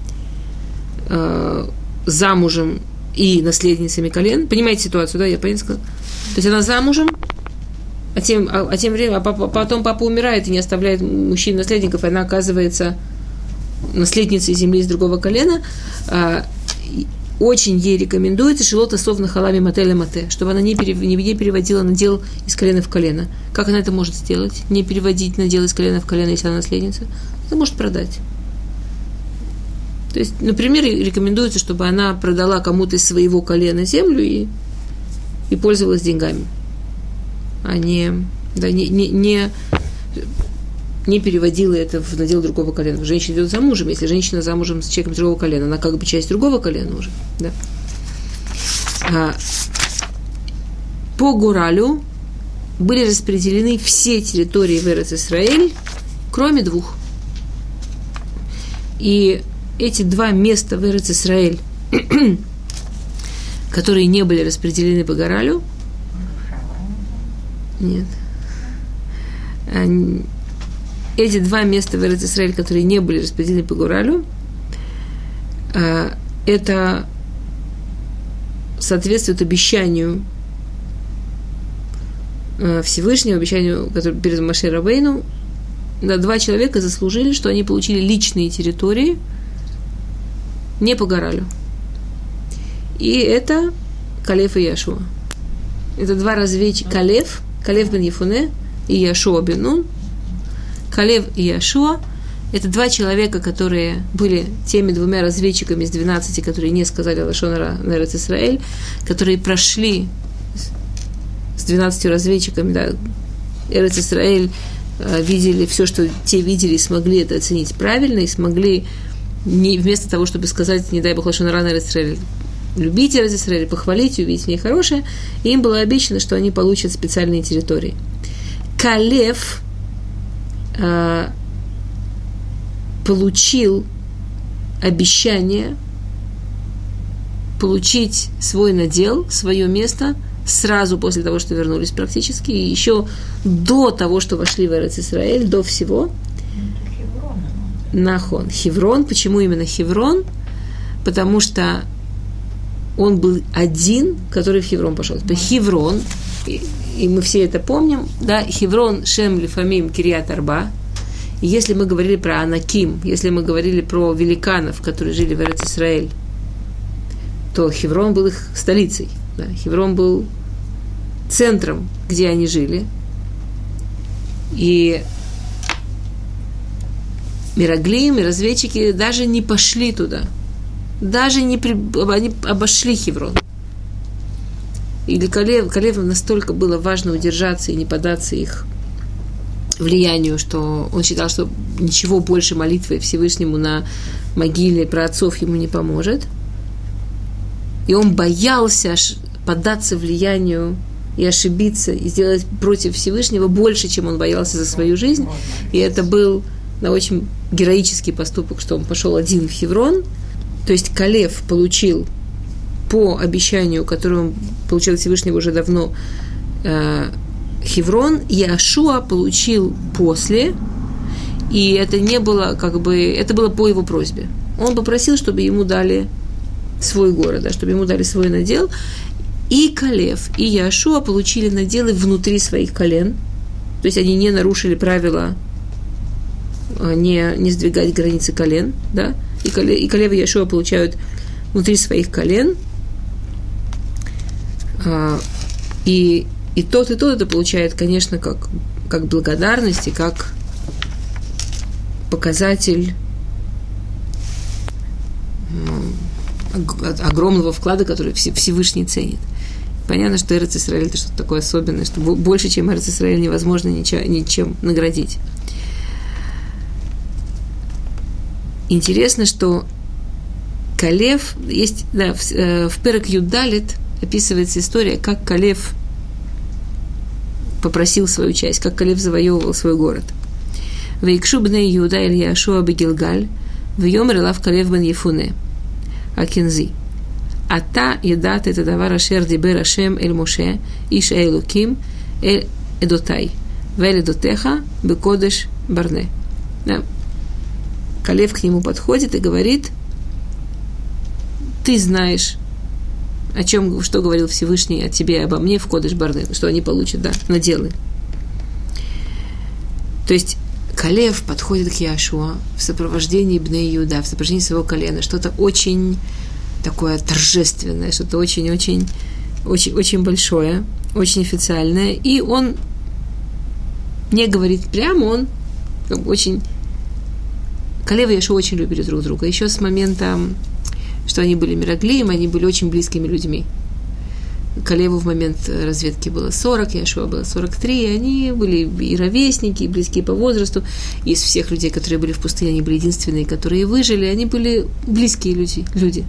э, замужем и наследницами колен. Понимаете ситуацию, да? Я понятно сказала? То есть она замужем, а тем, а, а тем временем, а папа, потом папа умирает и не оставляет мужчин-наследников, и она оказывается наследницей земли из другого колена. Э, очень ей рекомендуется шилота сов на халаме мателе мате, чтобы она не, перев, не переводила надел из колена в колено. Как она это может сделать? Не переводить надел из колена в колено, если она наследница? Она может продать. То есть, например, рекомендуется, чтобы она продала кому-то из своего колена землю и, и пользовалась деньгами, а не, да, не, не, не, не переводила это в надел другого колена. Женщина идет замужем, если женщина замужем с человеком другого колена, она как бы часть другого колена уже. Да. А, по Гуралю были распределены все территории в Эрец-Исраэль, кроме двух. И эти два места в Эрец-Исраэль, которые не были распределены по Гуралю, нет, они, эти два места в Эрец-Исраэль, которые не были распределены по Гуралю, это соответствует обещанию Всевышнего, обещанию, которое перед Моше Рабейну. Да, два человека заслужили, что они получили личные территории не по Гуралю. И это Калев и Яшуа. Это два разведчика. Калев, Калев бен Ефуне и Яшуа бен Нун. Калев и Яшуа – это два человека, которые были теми двумя разведчиками из двенадцати, которые не сказали лашон ара на Эрец-Исраэль, которые прошли с двенадцатью разведчиками, да, Эрец-Исраэль, видели все, что те видели, и смогли это оценить правильно, и смогли, не, вместо того, чтобы сказать, не дай Бог лашон ара на Эрец-Исраэль, любить Эрец-Исраэль, похвалить, увидеть в ней хорошее, и им было обещано, что они получат специальные территории. Калев а, получил обещание получить свой надел, свое место сразу после того, что вернулись практически, и еще до того, что вошли в Эрец-Исраэль, до всего. Нахон. Хеврон. Почему именно Хеврон? Потому что он был один, который в Хеврон пошел. Хеврон, и, и мы все это помним, да, Хеврон, Шем, Лифамим, Кирьят Арба. И если мы говорили про Анаким, если мы говорили про великанов, которые жили в Эрец-Исраэль, то Хеврон был их столицей. Да. Хеврон был центром, где они жили. И Мираглим и разведчики даже не пошли туда. Даже не при... они обошли Хеврон. И для Калева, Калева настолько было важно удержаться и не поддаться их влиянию, что он считал, что ничего больше молитвы Всевышнему на могиле праотцов ему не поможет. И он боялся поддаться влиянию и ошибиться, и сделать против Всевышнего больше, чем он боялся за свою жизнь. И это был да, очень героический поступок, что он пошел один в Хеврон. То есть Калев получил по обещанию, которое он получил от Всевышнего уже давно, э, Хеврон, Яшуа получил после, и это не было как бы, это было по его просьбе. Он попросил, чтобы ему дали свой город, да, чтобы ему дали свой надел. И Калев, и Яшуа получили наделы внутри своих колен, то есть они не нарушили правила не, не сдвигать границы колен, да, и Калев, и Калев и Яшуа получают внутри своих колен, а, и, и тот, и тот это получает, конечно, как, как благодарность и как показатель огромного вклада, который Всевышний ценит. Понятно, что Эрец-Исраэль – это что-то такое особенное, что больше, чем Эрец-Исраэль, невозможно ничем, ничем наградить. Интересно, что Калев, есть, да, в, э, в Перек Юдалит описывается история, как Калев попросил свою часть, как Калев завоевывал свой город. ויקשו בני יהודה אל יהושע בגלגל, ויאמר אליו כלב בן יפונה, הקנזי, אתה ידעת את הדבר אשר דיבר השם אל משה, איש האלוקים, אל עדותי, ואל עדותיך בקודש барне. Да. Калев к нему подходит и говорит: ты знаешь, о чем, что говорил Всевышний о тебе и обо мне в Кодеш барне, что они получат, да, наделы. То есть Калев подходит к Йошуа в сопровождении Бней Иуда, в сопровождении своего колена, что-то очень такое торжественное, что-то очень-очень очень, очень большое, очень официальное, и он не говорит прямо, он как бы очень... Калев и Йошуа очень любили друг друга. Еще с момента, что они были мироглеем, они были очень близкими людьми. Калеву в момент разведки было сорок, Йошуа было сорок три, и они были и ровесники, и близкие по возрасту. Из всех людей, которые были в пустыне, они были единственные, которые выжили, они были близкие люди. люди.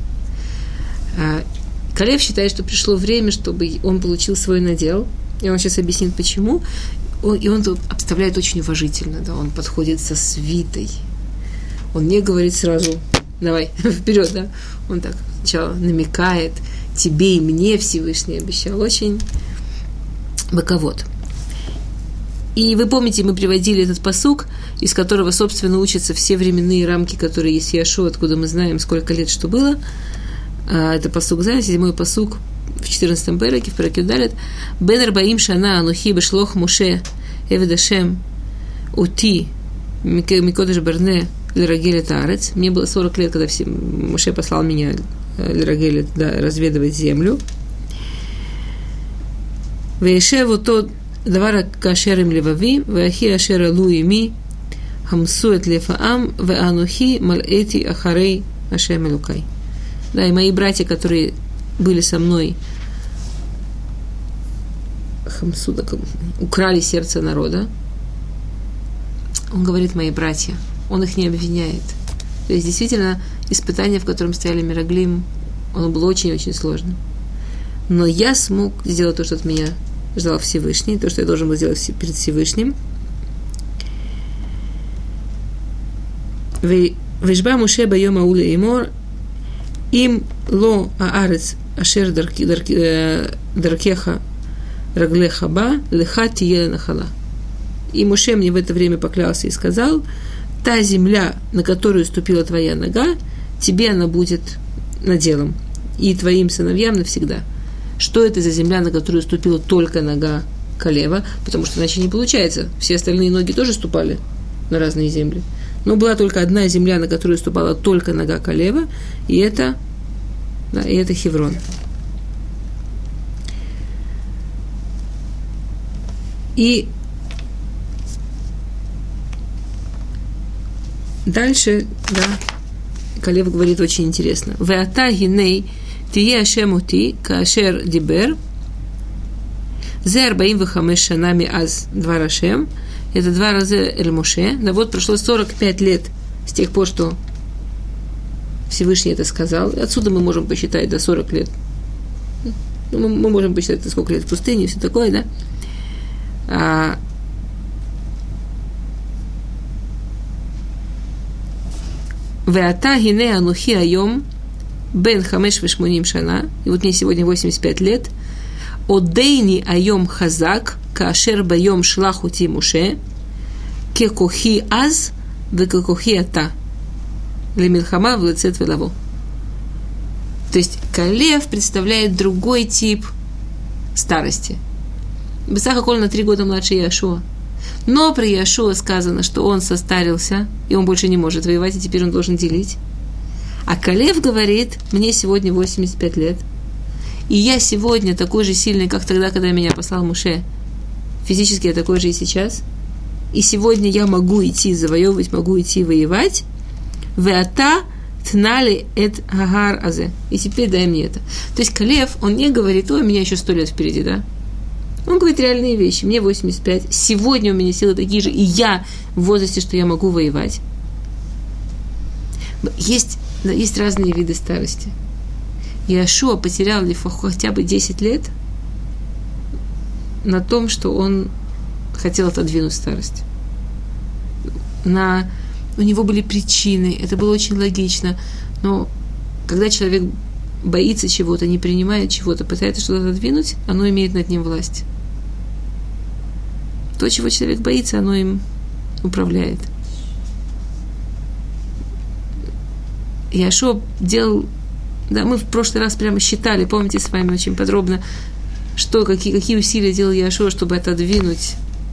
Калев считает, что пришло время, чтобы он получил свой надел, и он сейчас объяснит, почему. Он, и он обставляет очень уважительно, да, он подходит со свитой. Он не говорит сразу: давай, вперед, да. Он так сначала намекает: тебе и мне Всевышний обещал. Очень боковод. И вы помните, мы приводили этот пасук, из которого, собственно, учатся все временные рамки, которые есть в Йошуа, откуда мы знаем, сколько лет что было. Это пасук, знаете, седьмой пасук в четырнадцатом переке, в переке Далет. Бен арбаим шана анухи бешлох Моше эвед Ашем ути микодеш барне лерагель таарец. Мне было сорок лет, когда Моше послал меня лерагель, да, разведывать землю. Веешев то давара кашерим левави, веахи ашера луими хамсует лефаам, веанухи малэти ахарей Ашем элукай. Да, и мои братья, которые были со мной, хамсуда, украли сердце народа. Он говорит: мои братья. Он их не обвиняет. То есть, действительно, испытание, в котором стояли мироглим, оно было очень-очень сложным. Но я смог сделать то, что от меня ждал Всевышний, то, что я должен был сделать перед Всевышним. Вешба Моше байом ауле имор им ло аарец ашер даркеха раглеха ба леха тие нахала. И Моше мне в это время поклялся и сказал: та земля, на которую ступила твоя нога, тебе она будет наделом, и твоим сыновьям навсегда. Что это за земля, на которую ступила только нога Калева? Потому что иначе не получается. Все остальные ноги тоже ступали на разные земли. Но была только одна земля, на которую ступала только нога Калева, и это, да, и это Хеврон. И дальше, да, Калев говорит очень интересно. «Веата гиней тие Ашем ути каашер дибер зе арбаим вехамеш шанами аз двар Ашем». Это два раза эль Моше. Да вот прошло сорок пять лет с тех пор, что Всевышний это сказал. И отсюда мы можем посчитать до сорок лет. Ну, мы, мы можем посчитать, сколько лет в пустыне и все такое, да? А, Веата гине анухи айом бен хамеш вешмуним шана. И вот мне сегодня восемьдесят пять лет. Одейни айом хазак каашер байом шлахути Моше кекохи аз векекохи ата лемилхама влецет велаво. То есть Калев представляет другой тип старости. Бесах Аколь на три года младше Йошуа. Но при Йошуа сказано, что он состарился, и он больше не может воевать, и теперь он должен делить. А Калев говорит: мне сегодня восемьдесят пять лет, и я сегодня такой же сильный, как тогда, когда меня послал Моше. Физически я такой же и сейчас. И сегодня я могу идти завоевывать, могу идти воевать. Веата тнали эт гагар азе. И теперь дай мне это. То есть Калев, он не говорит: ой, у меня еще сто лет впереди, да? Он говорит реальные вещи. Мне восемьдесят пять. Сегодня у меня силы такие же, и я в возрасте, что я могу воевать. Есть, есть разные виды старости. Йошуа потерял хотя бы десять лет на том, что он хотел отодвинуть старость. на... У него были причины, это было очень логично. Но когда человек боится чего-то, не принимает чего-то, пытается что-то отодвинуть, оно имеет над ним власть. То, чего человек боится, оно им управляет. Яшуа делал... Да, мы в прошлый раз прямо считали, помните с вами очень подробно, что, какие, какие усилия делал Яшуа, чтобы отодвинуть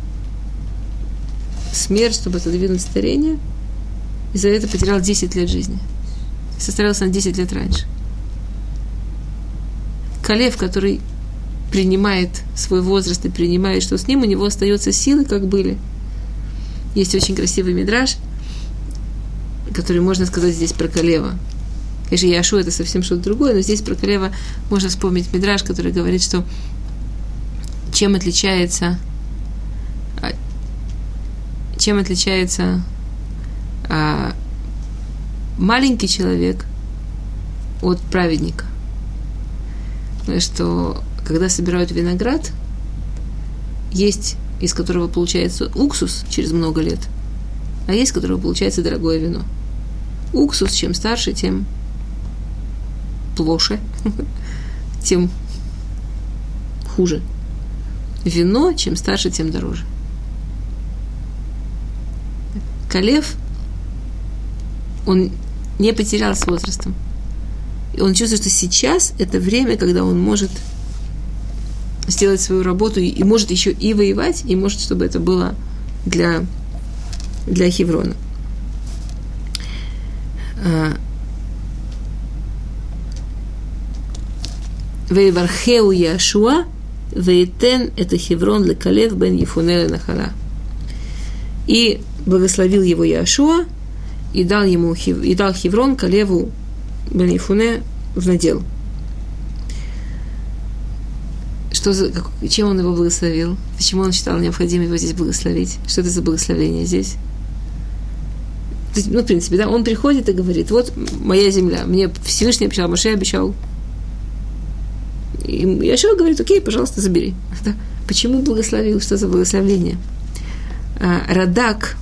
смерть, чтобы отодвинуть старение. И за это потерял десять лет жизни. Состарился на десять лет раньше. Калев, который принимает свой возраст и принимает, что с ним, у него остаются силы, как были. Есть очень красивый мидраш, который можно сказать здесь про Калева. Конечно, Яшуа это совсем что-то другое, но здесь про Калева можно вспомнить мидраш, который говорит, что чем отличается чем отличается а, маленький человек от праведника. Что когда собирают виноград, есть из которого получается уксус через много лет, а есть из которого получается дорогое вино. Уксус, чем старше, тем плоше, тем хуже. Вино, чем старше, тем дороже. Калев, он не потерял с возрастом. И он чувствует, что сейчас это время, когда он может сделать свою работу и, и может еще и воевать, и может, чтобы это было для, для Хеврона. Вейвархеу Яшуа вейтен это Хеврон ле Калев бен Ефуне ле Нахала. И благословил его Яшуа и дал ему и дал Хеврон Калеву бен Ефуне в надел. Что за, как, чем он его благословил? Почему он считал необходимым его здесь благословить? Что это за благословение здесь? Ну, в принципе, да, он приходит и говорит: вот моя земля, мне Всевышний обещал, Моше обещал. И Яшуа говорит: окей, пожалуйста, забери. Да. Почему благословил? Что за благословение? А, Радак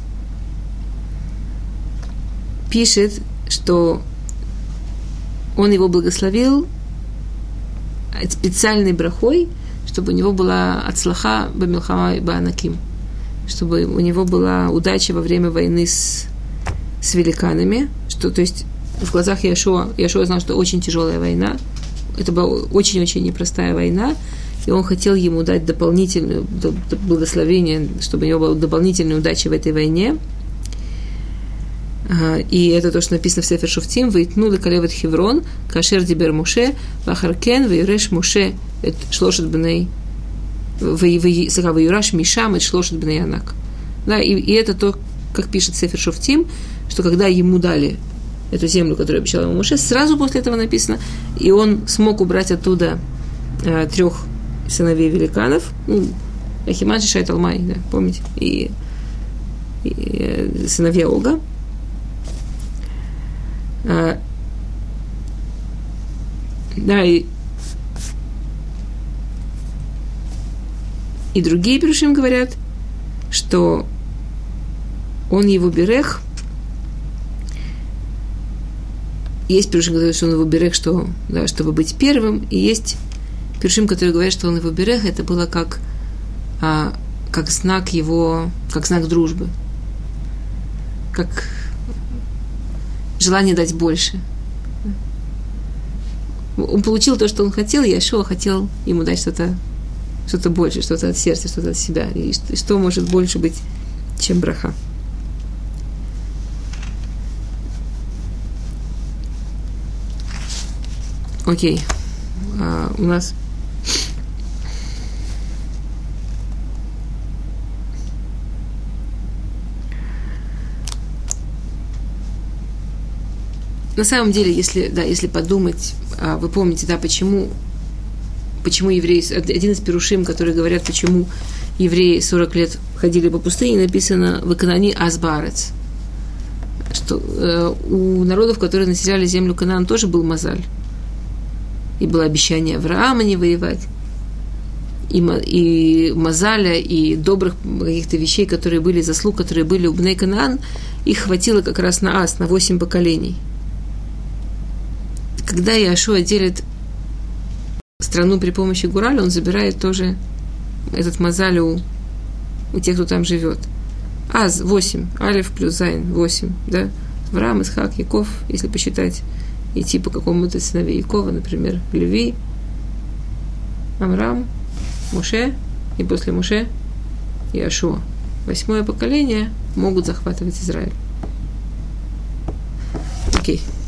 пишет, что он его благословил специальной брахой, чтобы у него была ацлаха бамилхама баанаким, чтобы у него была удача во время войны с, с великанами, что, то есть, в глазах Яшуа, Яшуа знал, что очень тяжелая война, это была очень-очень непростая война, и он хотел ему дать дополнительное благословение, чтобы у него была дополнительная удача в этой войне. И это то, что написано в Сефер Шуфтим: «Вейтну лекалев Хеврон, кашер дибер Моше, вахаркен вейреш Моше эт шлошет бней, вейраш мишам эт шлошет бней анак». Да, и, и это то, как пишет Сефер Шуфтим, что когда ему дали эту землю, которую обещал ему Моше, сразу после этого написано, и он смог убрать оттуда а, трех сыновей великанов, ну, Ахиман, Шишай, Талмай, да, помните, и, и, и сыновья Ога. А, да, и, и другие пирушим говорят, что он его берех. Есть пирушим, которые говорят, что он его берех, что, да, чтобы быть первым, и есть пирушим, которые говорят, что он его берех, это было как, а, как знак его, как знак дружбы, как желание дать больше. Он получил то, что он хотел, и Яшуа хотел ему дать что-то, что-то больше, что-то от сердца, что-то от себя. И что, что может больше быть, чем браха? Окей. А, у нас на самом деле, если, да, если подумать, вы помните, да, почему, почему евреи, один из пирушим, которые говорят, почему евреи сорок лет ходили по пустыне, написано в Канани Азбарец, что э, у народов, которые населяли землю Канаан, тоже был мазаль. И было обещание Авраама не воевать. и, и мазаля, и добрых каких-то вещей, которые были, заслуг, которые были у Бней Канаан, их хватило как раз на ас, на восемь поколений. Когда Иошуа делит страну при помощи Гураля, он забирает тоже этот мазаль у, у тех, кто там живет. Аз, восемь, Алеф плюс Зайн, восемь, да? Авраам, Исхак, Яков, если посчитать, идти по какому-то сыновей Якова, например, Леви, Амрам, Моше, и после Моше Иошуа. Восьмое поколение могут захватывать Израиль. Окей.